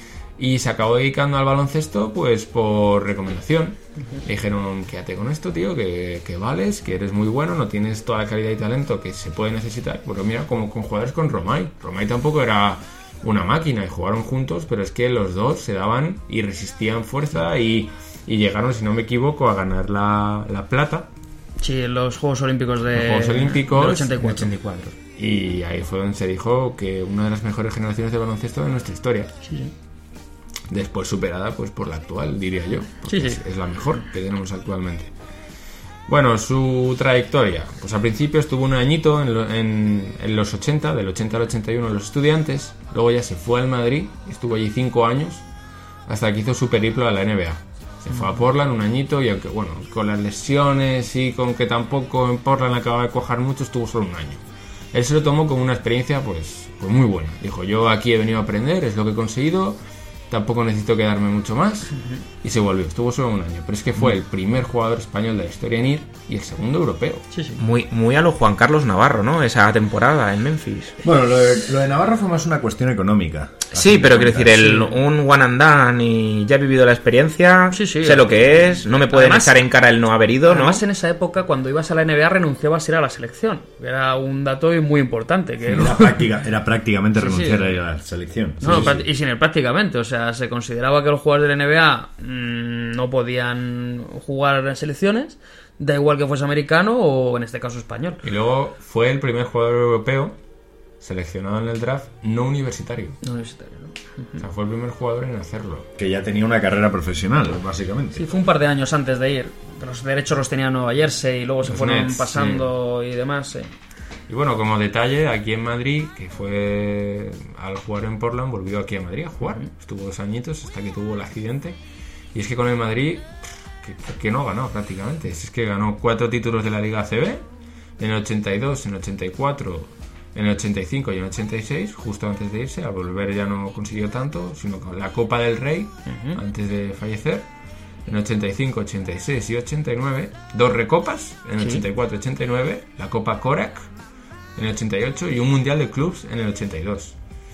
Y se acabó dedicando al baloncesto pues por recomendación. Le dijeron, quédate con esto, tío, que, que vales, que eres muy bueno, no tienes toda la calidad y talento que se puede necesitar. Pero mira, como con jugadores con Romay. Romay tampoco era una máquina y jugaron juntos, pero es que los dos se daban y resistían fuerza y, y llegaron, si no me equivoco, a ganar la, la plata. Sí, en los Juegos Olímpicos de, los Juegos Olímpicos del ochenta y cuatro. ochenta y cuatro. Y ahí fue donde se dijo que una de las mejores generaciones de baloncesto de nuestra historia. Sí, sí. Después superada pues por la actual, diría yo, sí, sí. Es, es la mejor que tenemos actualmente. Bueno, su trayectoria, pues al principio estuvo un añito en, lo, en, en los ochenta, del ochenta al ochenta y uno en los Estudiantes, luego ya se fue al Madrid, estuvo allí cinco años, hasta que hizo su periplo a la N B A. Se fue a Portland un añito y aunque, bueno, con las lesiones y con que tampoco en Portland acababa de cuajar mucho, estuvo solo un año. Él se lo tomó como una experiencia pues, pues muy buena. Dijo, yo aquí he venido a aprender, es lo que he conseguido, tampoco necesito quedarme mucho más. Y se volvió, estuvo solo un año. Pero es que fue el primer jugador español de la historia en ir y el segundo europeo. Sí, sí. Muy, muy a lo Juan Carlos Navarro, ¿no? Esa temporada en Memphis. Bueno, lo de, lo de Navarro fue más una cuestión económica. Sí, pero quiero decir, el, sí. un one and done y ya he vivido la experiencia, sí, sí, sé lo que es, no me pueden además, echar en cara el no haber ido, ¿no? Además, en esa época, cuando ibas a la N B A, renunciabas a ir a la selección. Era un dato muy importante. Que era, práctica, era prácticamente sí, renunciar sí. a ir a la selección. No, sí, sí. Y sin el prácticamente, o sea, se consideraba que los jugadores de la N B A mmm, no podían jugar en selecciones, da igual que fuese americano o en este caso español. Y luego fue el primer jugador europeo seleccionado en el draft no universitario. No universitario, ¿no? O sea, fue el primer jugador en hacerlo. Que ya tenía una carrera profesional, básicamente. Sí, fue un par de años antes de ir. Los derechos los tenía Nueva Jersey y luego se Los fueron Nets, pasando sí. y demás, sí. Y bueno, como detalle, aquí en Madrid, que fue al jugar en Portland, volvió aquí a Madrid a jugar. Uh-huh. Estuvo dos añitos hasta que tuvo el accidente. Y es que con el Madrid, que, que no ganó prácticamente. Es que ganó cuatro títulos de la Liga A C B, en el ochenta y dos, en el ochenta y cuatro, en el ochenta y cinco y en el ochenta y seis, justo antes de irse. Al volver ya no consiguió tanto, sino con la Copa del Rey, uh-huh. antes de fallecer. En ochenta y cinco, ochenta y seis y ochenta y nueve, dos recopas, en el sí. ochenta y cuatro, ochenta y nueve, la Copa Korak en el ochenta y ocho y un Mundial de Clubs en el ochenta y dos.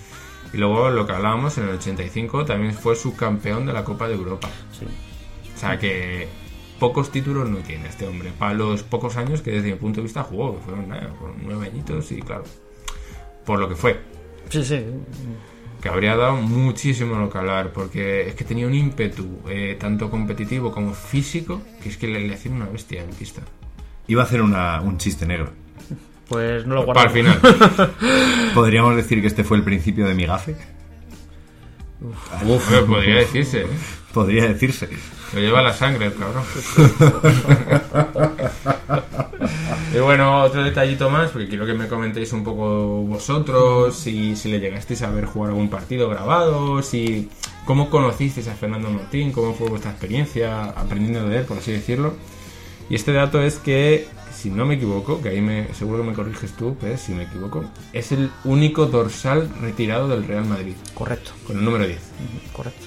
Y luego lo que hablábamos, en el ochenta y cinco también fue subcampeón de la Copa de Europa. Sí. O sea que pocos títulos no tiene este hombre. Para los pocos años que desde mi punto de vista jugó, que fueron eh, fueron nueve añitos y claro, por lo que fue. Sí, sí. Que habría dado muchísimo lo que hablar, porque es que tenía un ímpetu, eh, tanto competitivo como físico, que es que le, le hacían una bestia en pista. Iba a hacer una, un chiste negro. Pues no lo Para guardamos. el final. ¿Podríamos decir que este fue el principio de mi gafe? Uf, podría decirse, ¿eh? Podría decirse. Lo lleva la sangre el cabrón. Y bueno, otro detallito más, porque quiero que me comentéis un poco vosotros, si, si le llegasteis a ver jugar algún partido grabado, si cómo conocisteis a Fernando Martín, cómo fue vuestra experiencia aprendiendo de él, por así decirlo. Y este dato es que, si no me equivoco, que ahí me, seguro que me corriges tú, pues, si me equivoco, es el único dorsal retirado del Real Madrid, Correcto, con el número diez. correcto.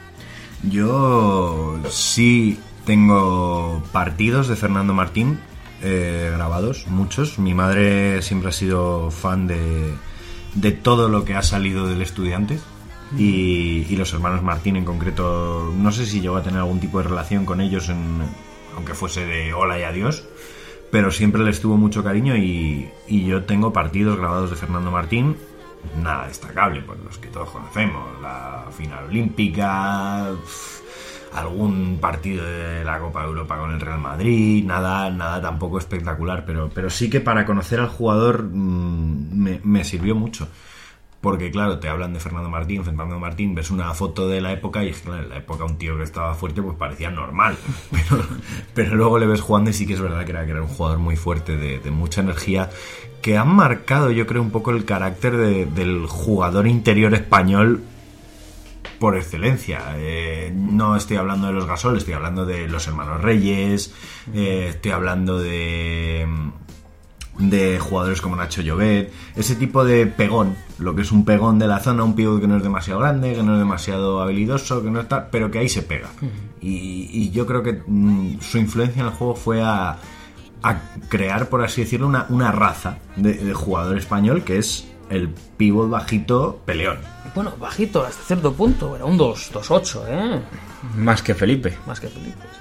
Yo sí tengo partidos de Fernando Martín eh, grabados, muchos. Mi madre siempre ha sido fan de, de todo lo que ha salido del Estudiantes. Y, y los hermanos Martín en concreto, no sé si llegó a tener algún tipo de relación con ellos, en, aunque fuese de hola y adiós, pero siempre les tuvo mucho cariño y, y yo tengo partidos grabados de Fernando Martín. Nada destacable, pues los que todos conocemos, la final olímpica, algún partido de la Copa de Europa con el Real Madrid, nada, nada tampoco espectacular, pero, pero sí que para conocer al jugador mmm, me, me sirvió mucho. Porque claro, te hablan de Fernando Martín, Fernando Martín, ves una foto de la época y claro, en la época un tío que estaba fuerte pues parecía normal, pero, pero luego le ves jugando y sí que es verdad que era, que era un jugador muy fuerte, de, de mucha energía, que han marcado yo creo un poco el carácter de, del jugador interior español por excelencia. Eh, no estoy hablando de los Gasol, estoy hablando de los hermanos Reyes, eh, estoy hablando de... de jugadores como Nacho Llobet, ese tipo de pegón, lo que es un pegón de la zona, un pivot que no es demasiado grande, que no es demasiado habilidoso, que no está, pero que ahí se pega. Y, y yo creo que mmm, su influencia en el juego fue a, a crear, por así decirlo, una, una raza de, de jugador español que es el pivot bajito peleón. Bueno, bajito hasta cierto punto, era un dos ocho, ¿eh? Más que Felipe. Más que Felipe, sí.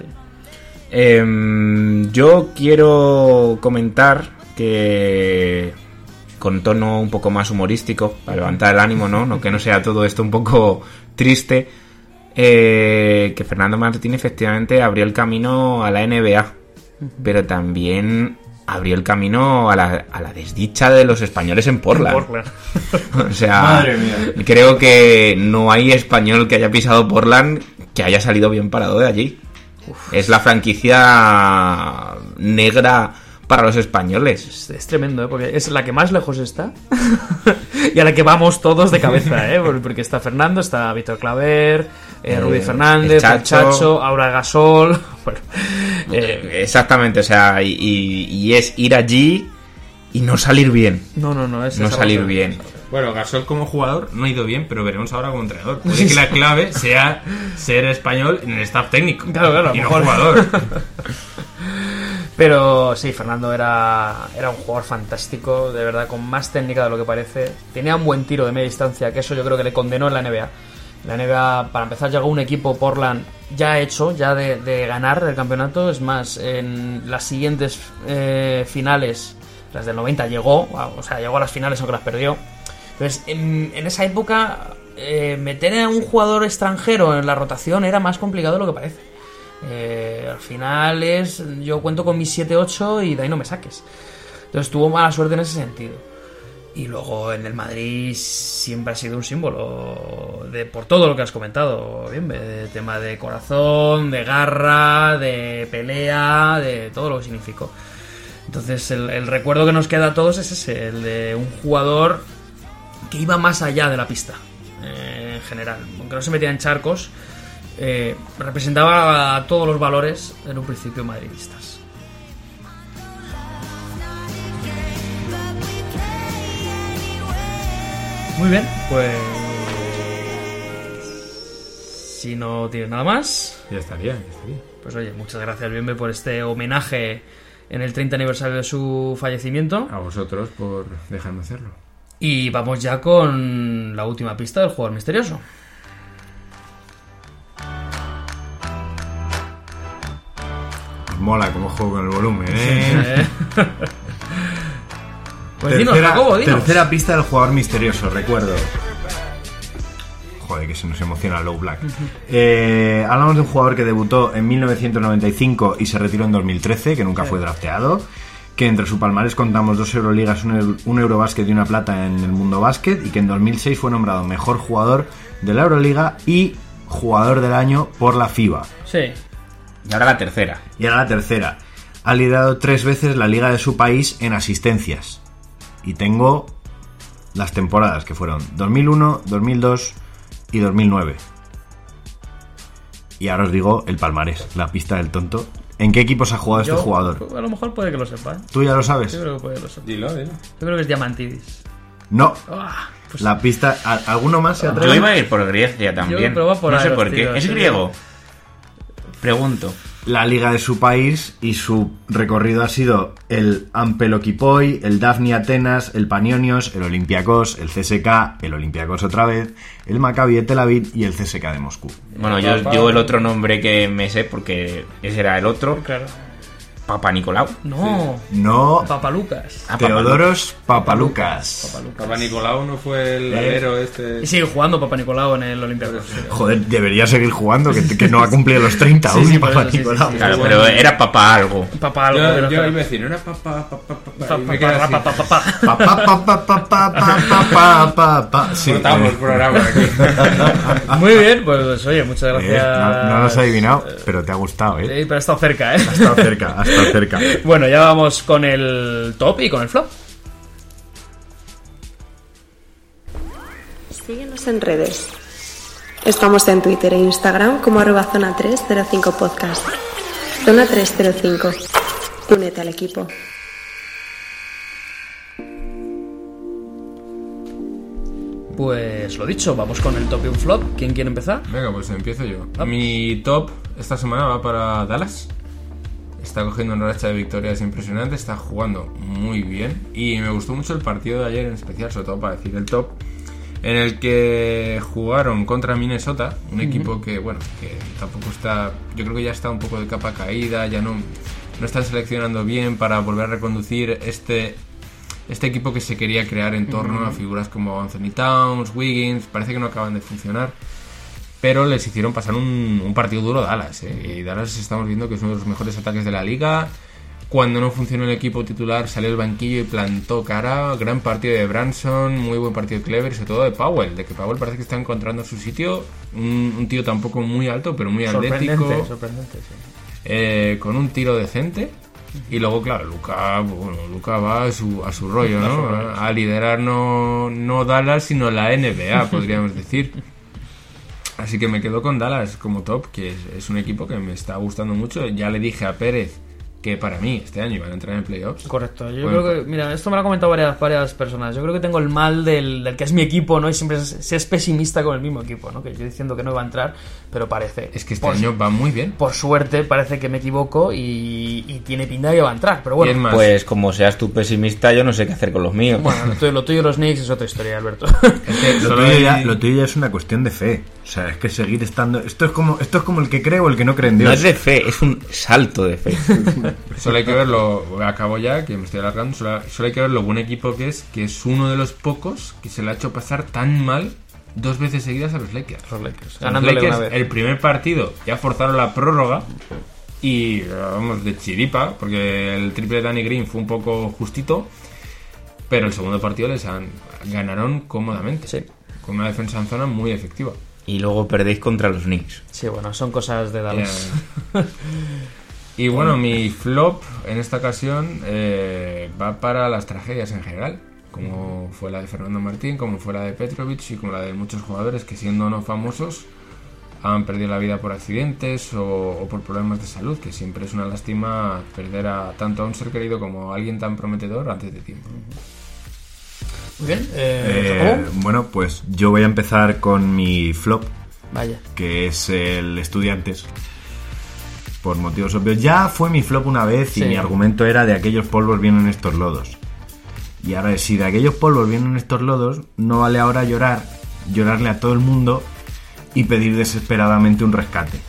Eh, yo quiero comentar que con tono un poco más humorístico, para levantar el ánimo, ¿no? No que no sea todo esto un poco triste, eh, que Fernando Martín efectivamente abrió el camino a la N B A, pero también abrió el camino a la, a la desdicha de los españoles en Portland. Portland. O sea, Madre mía. creo que no hay español que haya pisado Portland que haya salido bien parado de allí. Uf. Es la franquicia negra para los españoles. Es, es tremendo, ¿eh? Porque es la que más lejos está y a la que vamos todos de cabeza, ¿eh? Porque está Fernando, está Víctor Claver, eh, Rudy Fernández, el Chacho. el Chacho, Aura Gasol. Bueno, eh, exactamente, o sea, y, y, y es ir allí y no salir bien. No, no, no. Es no salir bien. Bueno, Gasol como jugador no ha ido bien, pero veremos ahora como entrenador. Puede que la clave sea ser español en el staff técnico. Claro, claro, y no mejor. jugador. Pero sí, Fernando era, era un jugador fantástico, de verdad, con más técnica de lo que parece. Tenía un buen tiro de media distancia, que eso yo creo que le condenó en la N B A. La N B A, para empezar, llegó un equipo Portland ya hecho, ya de, de ganar el campeonato. Es más, en las siguientes eh, finales, las del noventa, llegó, o sea, llegó a las finales aunque las perdió. Entonces, en, en esa época, eh, meter a un jugador extranjero en la rotación era más complicado de lo que parece. Eh, al final es, yo cuento con mis siete ocho y de ahí no me saques. Entonces tuvo mala suerte en ese sentido. Y luego en el Madrid siempre ha sido un símbolo de, por todo lo que has comentado, bien, de tema de corazón, de garra, de pelea, de todo lo que significó. Entonces el, el recuerdo que nos queda a todos es ese, el de un jugador que iba más allá de la pista, eh, en general, aunque no se metía en charcos. Eh, representaba a todos los valores en un principio madridistas. Muy bien, pues si no tienes nada más, Ya estaría, ya estaría. pues oye, muchas gracias Bienve por este homenaje en el treinta aniversario de su fallecimiento. A vosotros por dejarme hacerlo. Y vamos ya con la última pista del jugador misterioso. Mola como juego con el volumen, ¿eh? Pues dinos, tercera, Jacobo, dinos. tercera pista del jugador misterioso, recuerdo. Joder, que se nos emociona Low Black. Eh, hablamos de un jugador que debutó en mil novecientos noventa y cinco y se retiró en dos mil trece, que nunca fue drafteado. Que entre su palmarés contamos dos Euroligas, un, un Eurobásquet y una plata en el mundo básquet. Y que en dos mil seis fue nombrado mejor jugador de la Euroliga y jugador del año por la FIBA. Sí. Y ahora la tercera. Y ahora la tercera. Ha liderado tres veces la liga de su país en asistencias. Y tengo las temporadas que fueron dos mil uno, dos mil dos y dos mil nueve. Y ahora os digo el palmarés, la pista del tonto. ¿En qué equipos ha jugado Yo, este jugador? A lo mejor puede que lo sepa, ¿eh? ¿Tú ya lo sabes? Yo creo que puede que lo sepa. Dilo, dilo. Yo creo que es Diamantidis. No. Ah, pues La pista... ¿a- ¿Alguno más se atreve? Yo iba a ir por Grecia también. Yo, pero va por no ahí sé los por qué. tiros, ¿Es sí. griego? Pregunto. La liga de su país y su recorrido ha sido el Ampelokipoi, el Daphne Atenas, el Panionios, el Olympiacos, el C S K, el Olympiacos otra vez, el Maccabi de Tel Aviv y el C S K de Moscú. Bueno, yo, yo el otro nombre que me sé, porque ese era el otro, claro. Papa Nicolau. No. No, Papalucas. Ah, Teodoros Papalucas. Papalucas. Papa Nicolau no fue el Eh. alero este. Y sigue jugando Papa Nicolau en el Olympiacos. Joder, debería seguir jugando, que, que no ha cumplido los treinta Sí, aún, sí, por Papa eso, sí, Nicolau. sí, sí. Claro, pero era Papa algo. Papá algo. Yo, pero- yo iba a decir, no era papá, papá, papá. y me quedé Papá, así. papá, papá. Pa, pa, pa, pa, pa, pa, pa, pa, pa, pa. Sí, Cortamos eh, el programa aquí. Muy bien, pues oye, muchas eh, gracias. no, no lo has adivinado, pero te ha gustado, ¿eh? Eh, pero ha estado cerca, ¿eh? Ha estado cerca, ha estado cerca. Bueno, ya vamos con el top y con el flop. Síguenos en redes. Estamos en Twitter e Instagram como arroba zona tres cero cinco podcast. Zona tres cero cinco. Únete al equipo. Pues lo dicho, vamos con el top y un flop. ¿Quién quiere empezar? Venga, pues empiezo yo. Mi top esta semana va para Dallas. Está cogiendo una racha de victorias impresionante, está jugando muy bien. Y me gustó mucho el partido de ayer en especial, sobre todo para decir el top, en el que jugaron contra Minnesota, un equipo que, bueno, que tampoco está... Yo creo que ya está un poco de capa caída, ya no, no están seleccionando bien para volver a reconducir este... Este equipo que se quería crear en torno a figuras como Anthony Towns, Wiggins, parece que no acaban de funcionar. Pero les hicieron pasar un, un partido duro a Dallas, ¿eh? Y Dallas estamos viendo que es uno de los mejores ataques de la liga. Cuando no funcionó el equipo titular, salió el banquillo y plantó cara. Gran partido de Branson, muy buen partido de Clever, sobre todo de Powell, de que Powell parece que está encontrando su sitio. Un, un tío tampoco muy alto, pero muy atlético. Sorprendente, sorprendente, sí. Eh, con un tiro decente. Y luego, claro, Luka, bueno, Luka va a su, a su rollo, ¿no? A liderar no, no Dallas, sino la N B A, podríamos decir. Así que me quedo con Dallas como top, que es, es un equipo que me está gustando mucho. Ya le dije a Pérez que para mí este año iban a entrar en playoffs. Correcto, yo Bueno, creo que, mira, esto me lo han comentado varias, varias personas. Yo creo que tengo el mal del, del que es mi equipo, ¿no? Y siempre es, se es pesimista con el mismo equipo, ¿no? Que yo diciendo que no iba a entrar, pero parece. Es que este por, año va muy bien. por suerte parece que me equivoco y, y tiene pinta de que va a entrar, pero bueno. Y es más, Pues como seas tú pesimista, yo no sé qué hacer con los míos. Bueno, lo tuyo, lo tuyo de los Knicks es otra historia, Alberto. es que Lo solo tuyo, hay- ya, lo tuyo ya es una cuestión de fe. O sea, es que seguir estando... Esto es como, esto es como el que cree o el que no cree en Dios. No es de fe, es un salto de fe. Solo hay que verlo, acabo ya, que me estoy alargando, solo, solo hay que ver lo buen equipo que es, que es uno de los pocos que se le ha hecho pasar tan mal dos veces seguidas a los Lakers. Los Lakers. Los Ganándole Lakers, una vez. el primer partido ya forzaron la prórroga y vamos de chiripa, porque el triple de Danny Green fue un poco justito, pero el segundo partido les han, ganaron cómodamente, Sí. con una defensa en zona muy efectiva. Y luego perdéis contra los Knicks. Sí, bueno, son cosas de Dallas. Eh, y bueno, mi flop en esta ocasión eh, va para las tragedias en general, como fue la de Fernando Martín, como fue la de Petrovic y como la de muchos jugadores que, siendo no famosos, han perdido la vida por accidentes o, o por problemas de salud, que siempre es una lástima perder a tanto a un ser querido como a alguien tan prometedor antes de tiempo. Muy bien. Eh, Eh, ¿cómo? bueno, pues yo voy a empezar con mi flop, Vaya. que es el Estudiantes. Por motivos obvios. Ya fue mi flop una vez y Sí. mi argumento era: de aquellos polvos vienen estos lodos. Y ahora, si de aquellos polvos vienen estos lodos, no vale ahora llorar, llorarle a todo el mundo y pedir desesperadamente un rescate.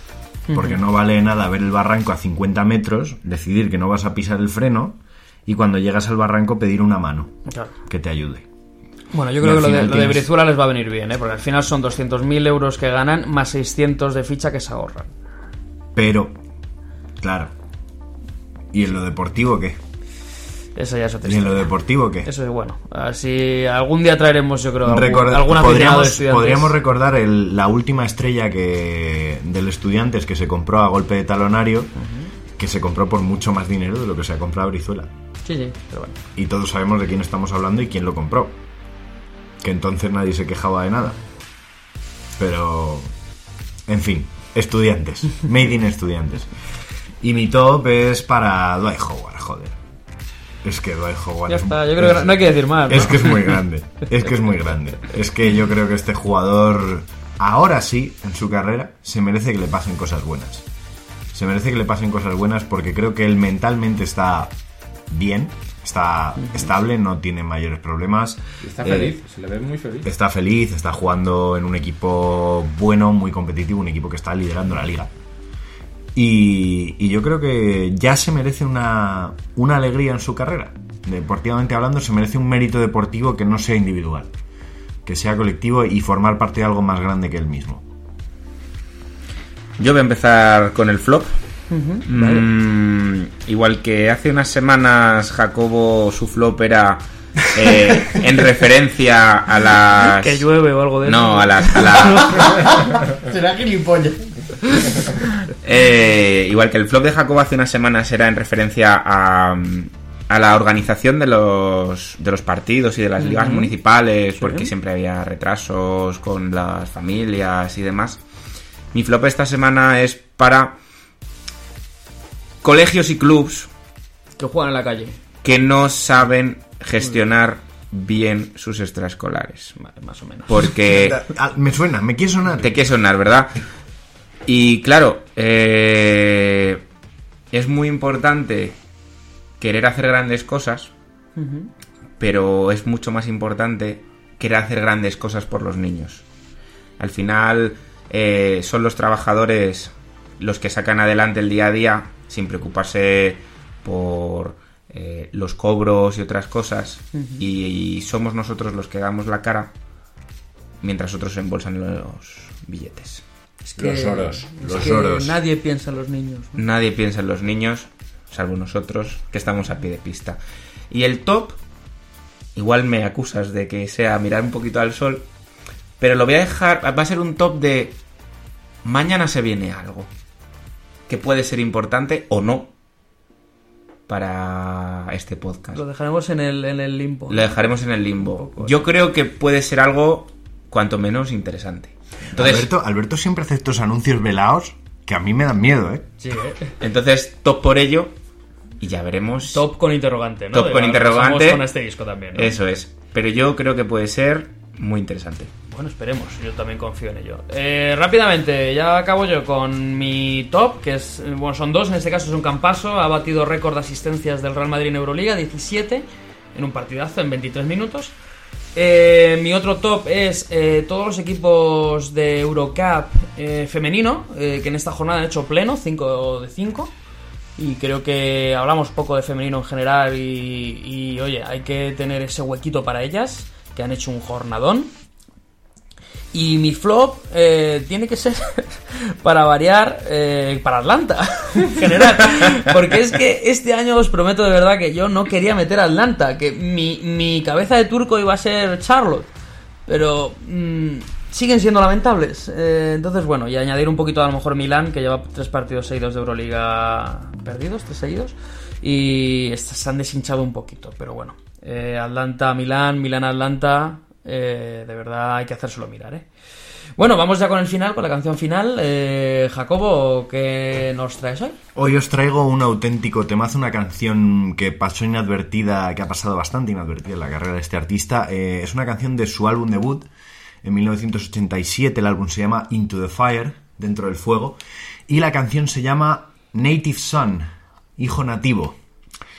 Porque no vale nada ver el barranco a cincuenta metros, decidir que no vas a pisar el freno y cuando llegas al barranco pedir una mano Claro. que te ayude. Bueno, yo Y creo al que lo de, final lo de tienes- Brizuela les va a venir bien, ¿eh? Porque al final son doscientos mil euros que ganan más seiscientos de ficha que se ahorran. Pero, claro. ¿Y en lo deportivo qué? Eso ya es otra ¿Y en lo historia. deportivo qué? Eso es bueno. Así algún día traeremos, yo creo, algún, Recorda- algún aficionado de podríamos, Estudiantes. podríamos recordar el- la última estrella que del Estudiantes que se compró a golpe de talonario, que se compró por mucho más dinero de lo que se ha comprado Brizuela. Sí, sí, pero bueno. Y todos sabemos de quién estamos hablando y quién lo compró. Que entonces nadie se quejaba de nada. Pero, en fin, Estudiantes. Made in Estudiantes. Y mi top es para Dwight Howard, joder. Es que Dwight Howard Ya es está, un- yo creo que no, no hay que decir más, ¿no? Es que es muy grande. Es que es muy grande. Es que yo creo que este jugador, ahora sí, en su carrera, se merece que le pasen cosas buenas. Se merece que le pasen cosas buenas porque creo que él mentalmente está bien, está estable, no tiene mayores problemas. Está Eh, feliz, se le ve muy feliz. Está feliz, está jugando en un equipo bueno, muy competitivo, un equipo que está liderando la liga. Y, y yo creo que ya se merece una, una alegría en su carrera. Deportivamente hablando, se merece un mérito deportivo que no sea individual, que sea colectivo y formar parte de algo más grande que él mismo. Yo voy a empezar con el flop. Mm, igual que hace unas semanas Jacobo su flop era eh, en referencia a las... Que llueve o algo de eso. No, a las... a las- Será gilipollas. Eh, igual que el flop de Jacobo hace unas semanas era en referencia a, a la organización de los, de los partidos y de las ligas municipales, porque siempre había retrasos con las familias y demás. Mi flop esta semana es para colegios y clubs Que juegan en la calle. que no saben gestionar bien sus extraescolares. Vale, más o menos. Porque... Ah, me suena, me quiere sonar. Te quiere sonar, ¿verdad? Y claro, eh, es muy importante querer hacer grandes cosas, pero es mucho más importante querer hacer grandes cosas por los niños. Al final eh, son los trabajadores los que sacan adelante el día a día sin preocuparse por eh, los cobros y otras cosas, y, y somos nosotros los que damos la cara mientras otros embolsan los billetes. Es que- Los oros, es los que oros. Nadie piensa en los niños. Nadie piensa en los niños, salvo nosotros, que estamos a pie de pista. Y el top, igual me acusas de que sea mirar un poquito al sol, pero lo voy a dejar, va a ser un top de mañana se viene algo, que puede ser importante o no para este podcast. Lo dejaremos en el, en el limbo. Lo dejaremos en el limbo. Un poco, Yo creo que puede ser algo cuanto menos interesante. Entonces, Alberto, Alberto siempre hace estos anuncios velados que a mí me dan miedo, ¿eh? Sí, ¿eh? entonces top por ello y ya veremos. Top con interrogante, ¿no? Top De- con interrogante. pasamos con este disco también, ¿no? Eso es. Pero yo creo que puede ser muy interesante. Bueno, esperemos, yo también confío en ello. Eh, rápidamente, ya acabo yo con mi top, que es, eh, bueno, son dos, en este caso es un Campaso, ha batido récord de asistencias del Real Madrid en Euroliga, diecisiete, en un partidazo, en veintitrés minutos. Eh, mi otro top es eh, todos los equipos de Eurocup eh, femenino, eh, que en esta jornada han hecho pleno, cinco de cinco. Y creo que hablamos poco de femenino en general y, y, oye, hay que tener ese huequito para ellas, que han hecho un jornadón. Y mi flop eh, tiene que ser, para variar, eh, para Atlanta, en general. Porque es que este año os prometo de verdad que yo no quería meter a Atlanta, que mi, mi cabeza de turco iba a ser Charlotte. Pero mmm, siguen siendo lamentables. Eh, entonces, bueno, y añadir un poquito a lo mejor Milán, que lleva tres partidos seguidos de Euroliga perdidos, tres seguidos. Y estas se han deshinchado un poquito, pero bueno. Eh, Atlanta, Milán, Milán, Atlanta... Eh, de verdad hay que hacérselo mirar, ¿eh? Bueno, vamos ya con el final, con la canción final. eh, Jacobo, ¿qué nos traes hoy? Hoy os traigo un auténtico temazo, una canción que pasó inadvertida, que ha pasado bastante inadvertida en la carrera de este artista. Eh, es una canción de su álbum debut en mil novecientos ochenta y siete. El álbum se llama Into the Fire, Dentro del Fuego, y la canción se llama Native Son, Hijo Nativo.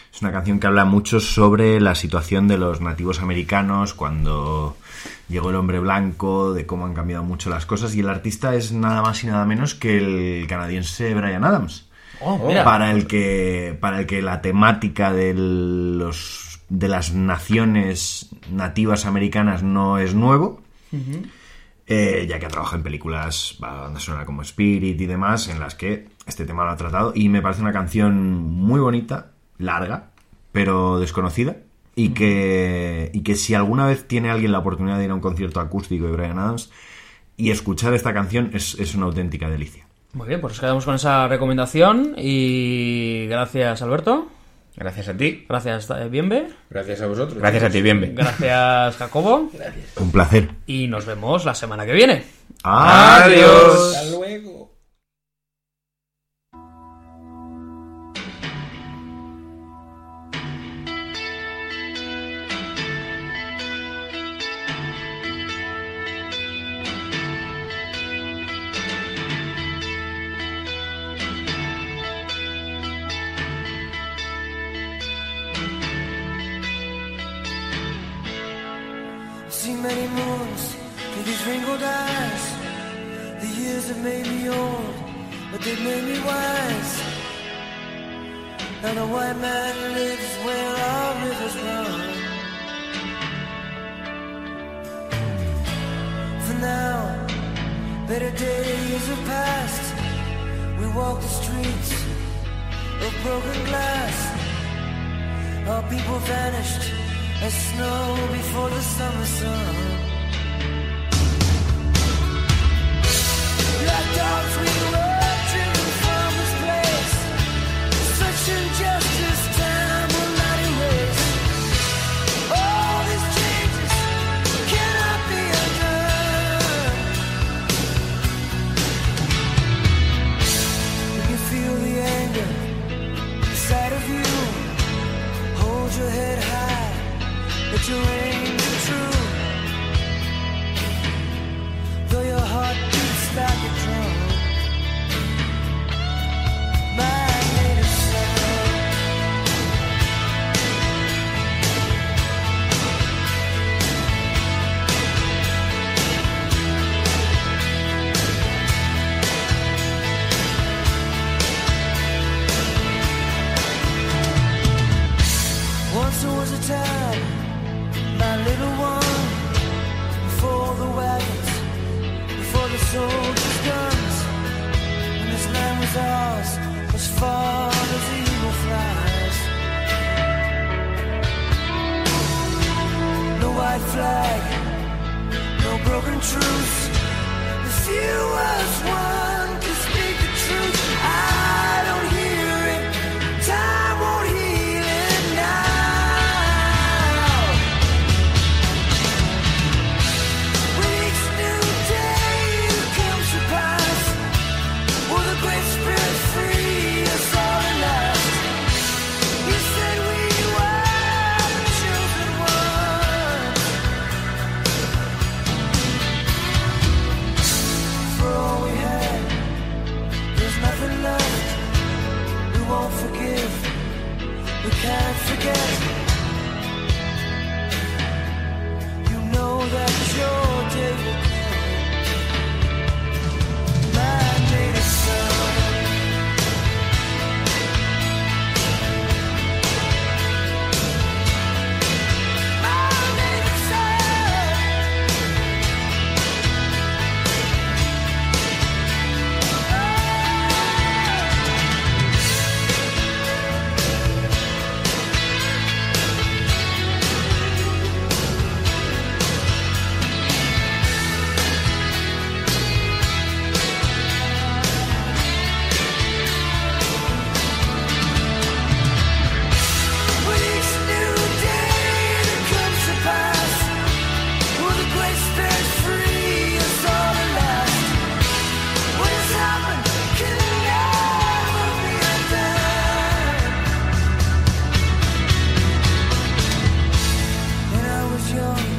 Es una canción que habla mucho sobre la situación de los nativos americanos cuando llegó el hombre blanco, de cómo han cambiado mucho las cosas, y el artista es nada más y nada menos que el canadiense Bryan Adams. Oh, mira. Para el que para el que la temática de los de las naciones nativas americanas no es nuevo. Uh-huh. Eh, ya que ha trabajado en películas, banda sonora como Spirit y demás, en las que este tema lo ha tratado, y me parece una canción muy bonita, larga, pero desconocida, y que, y que si alguna vez tiene alguien la oportunidad de ir a un concierto acústico de Bryan Adams y escuchar esta canción, es, es una auténtica delicia. Muy bien, pues nos quedamos con esa recomendación y gracias, Alberto. Gracias a ti. Gracias, Bienve. Gracias a vosotros. Gracias a ti, Bienve. Gracias, Jacobo. Gracias. Un placer. Y nos vemos la semana que viene. ¡Adiós! Hasta luego. Seen many moons through these wrinkled eyes. The years have made me old, but they've made me wise. Now the white man lives where our rivers run. For now, better days have passed. We walk the streets of broken glass. Our people vanished as snow before the summer sun. Like dogs we were driven from this place. Such injustice time will not erase. All these changes cannot be undone. When you feel the anger inside of you, hold your head high. But your aim is true. Though your heart beats like a drum, my native son. Once there was a time, my little one, before the wagons, before the soldiers' guns, when this land was ours, as far as the eagle flies. No white flag, no broken truce. If you as one could speak the truth, I don't hear it. Time won't heal it now. We can't forget. You know that your day will come. My native son. My native young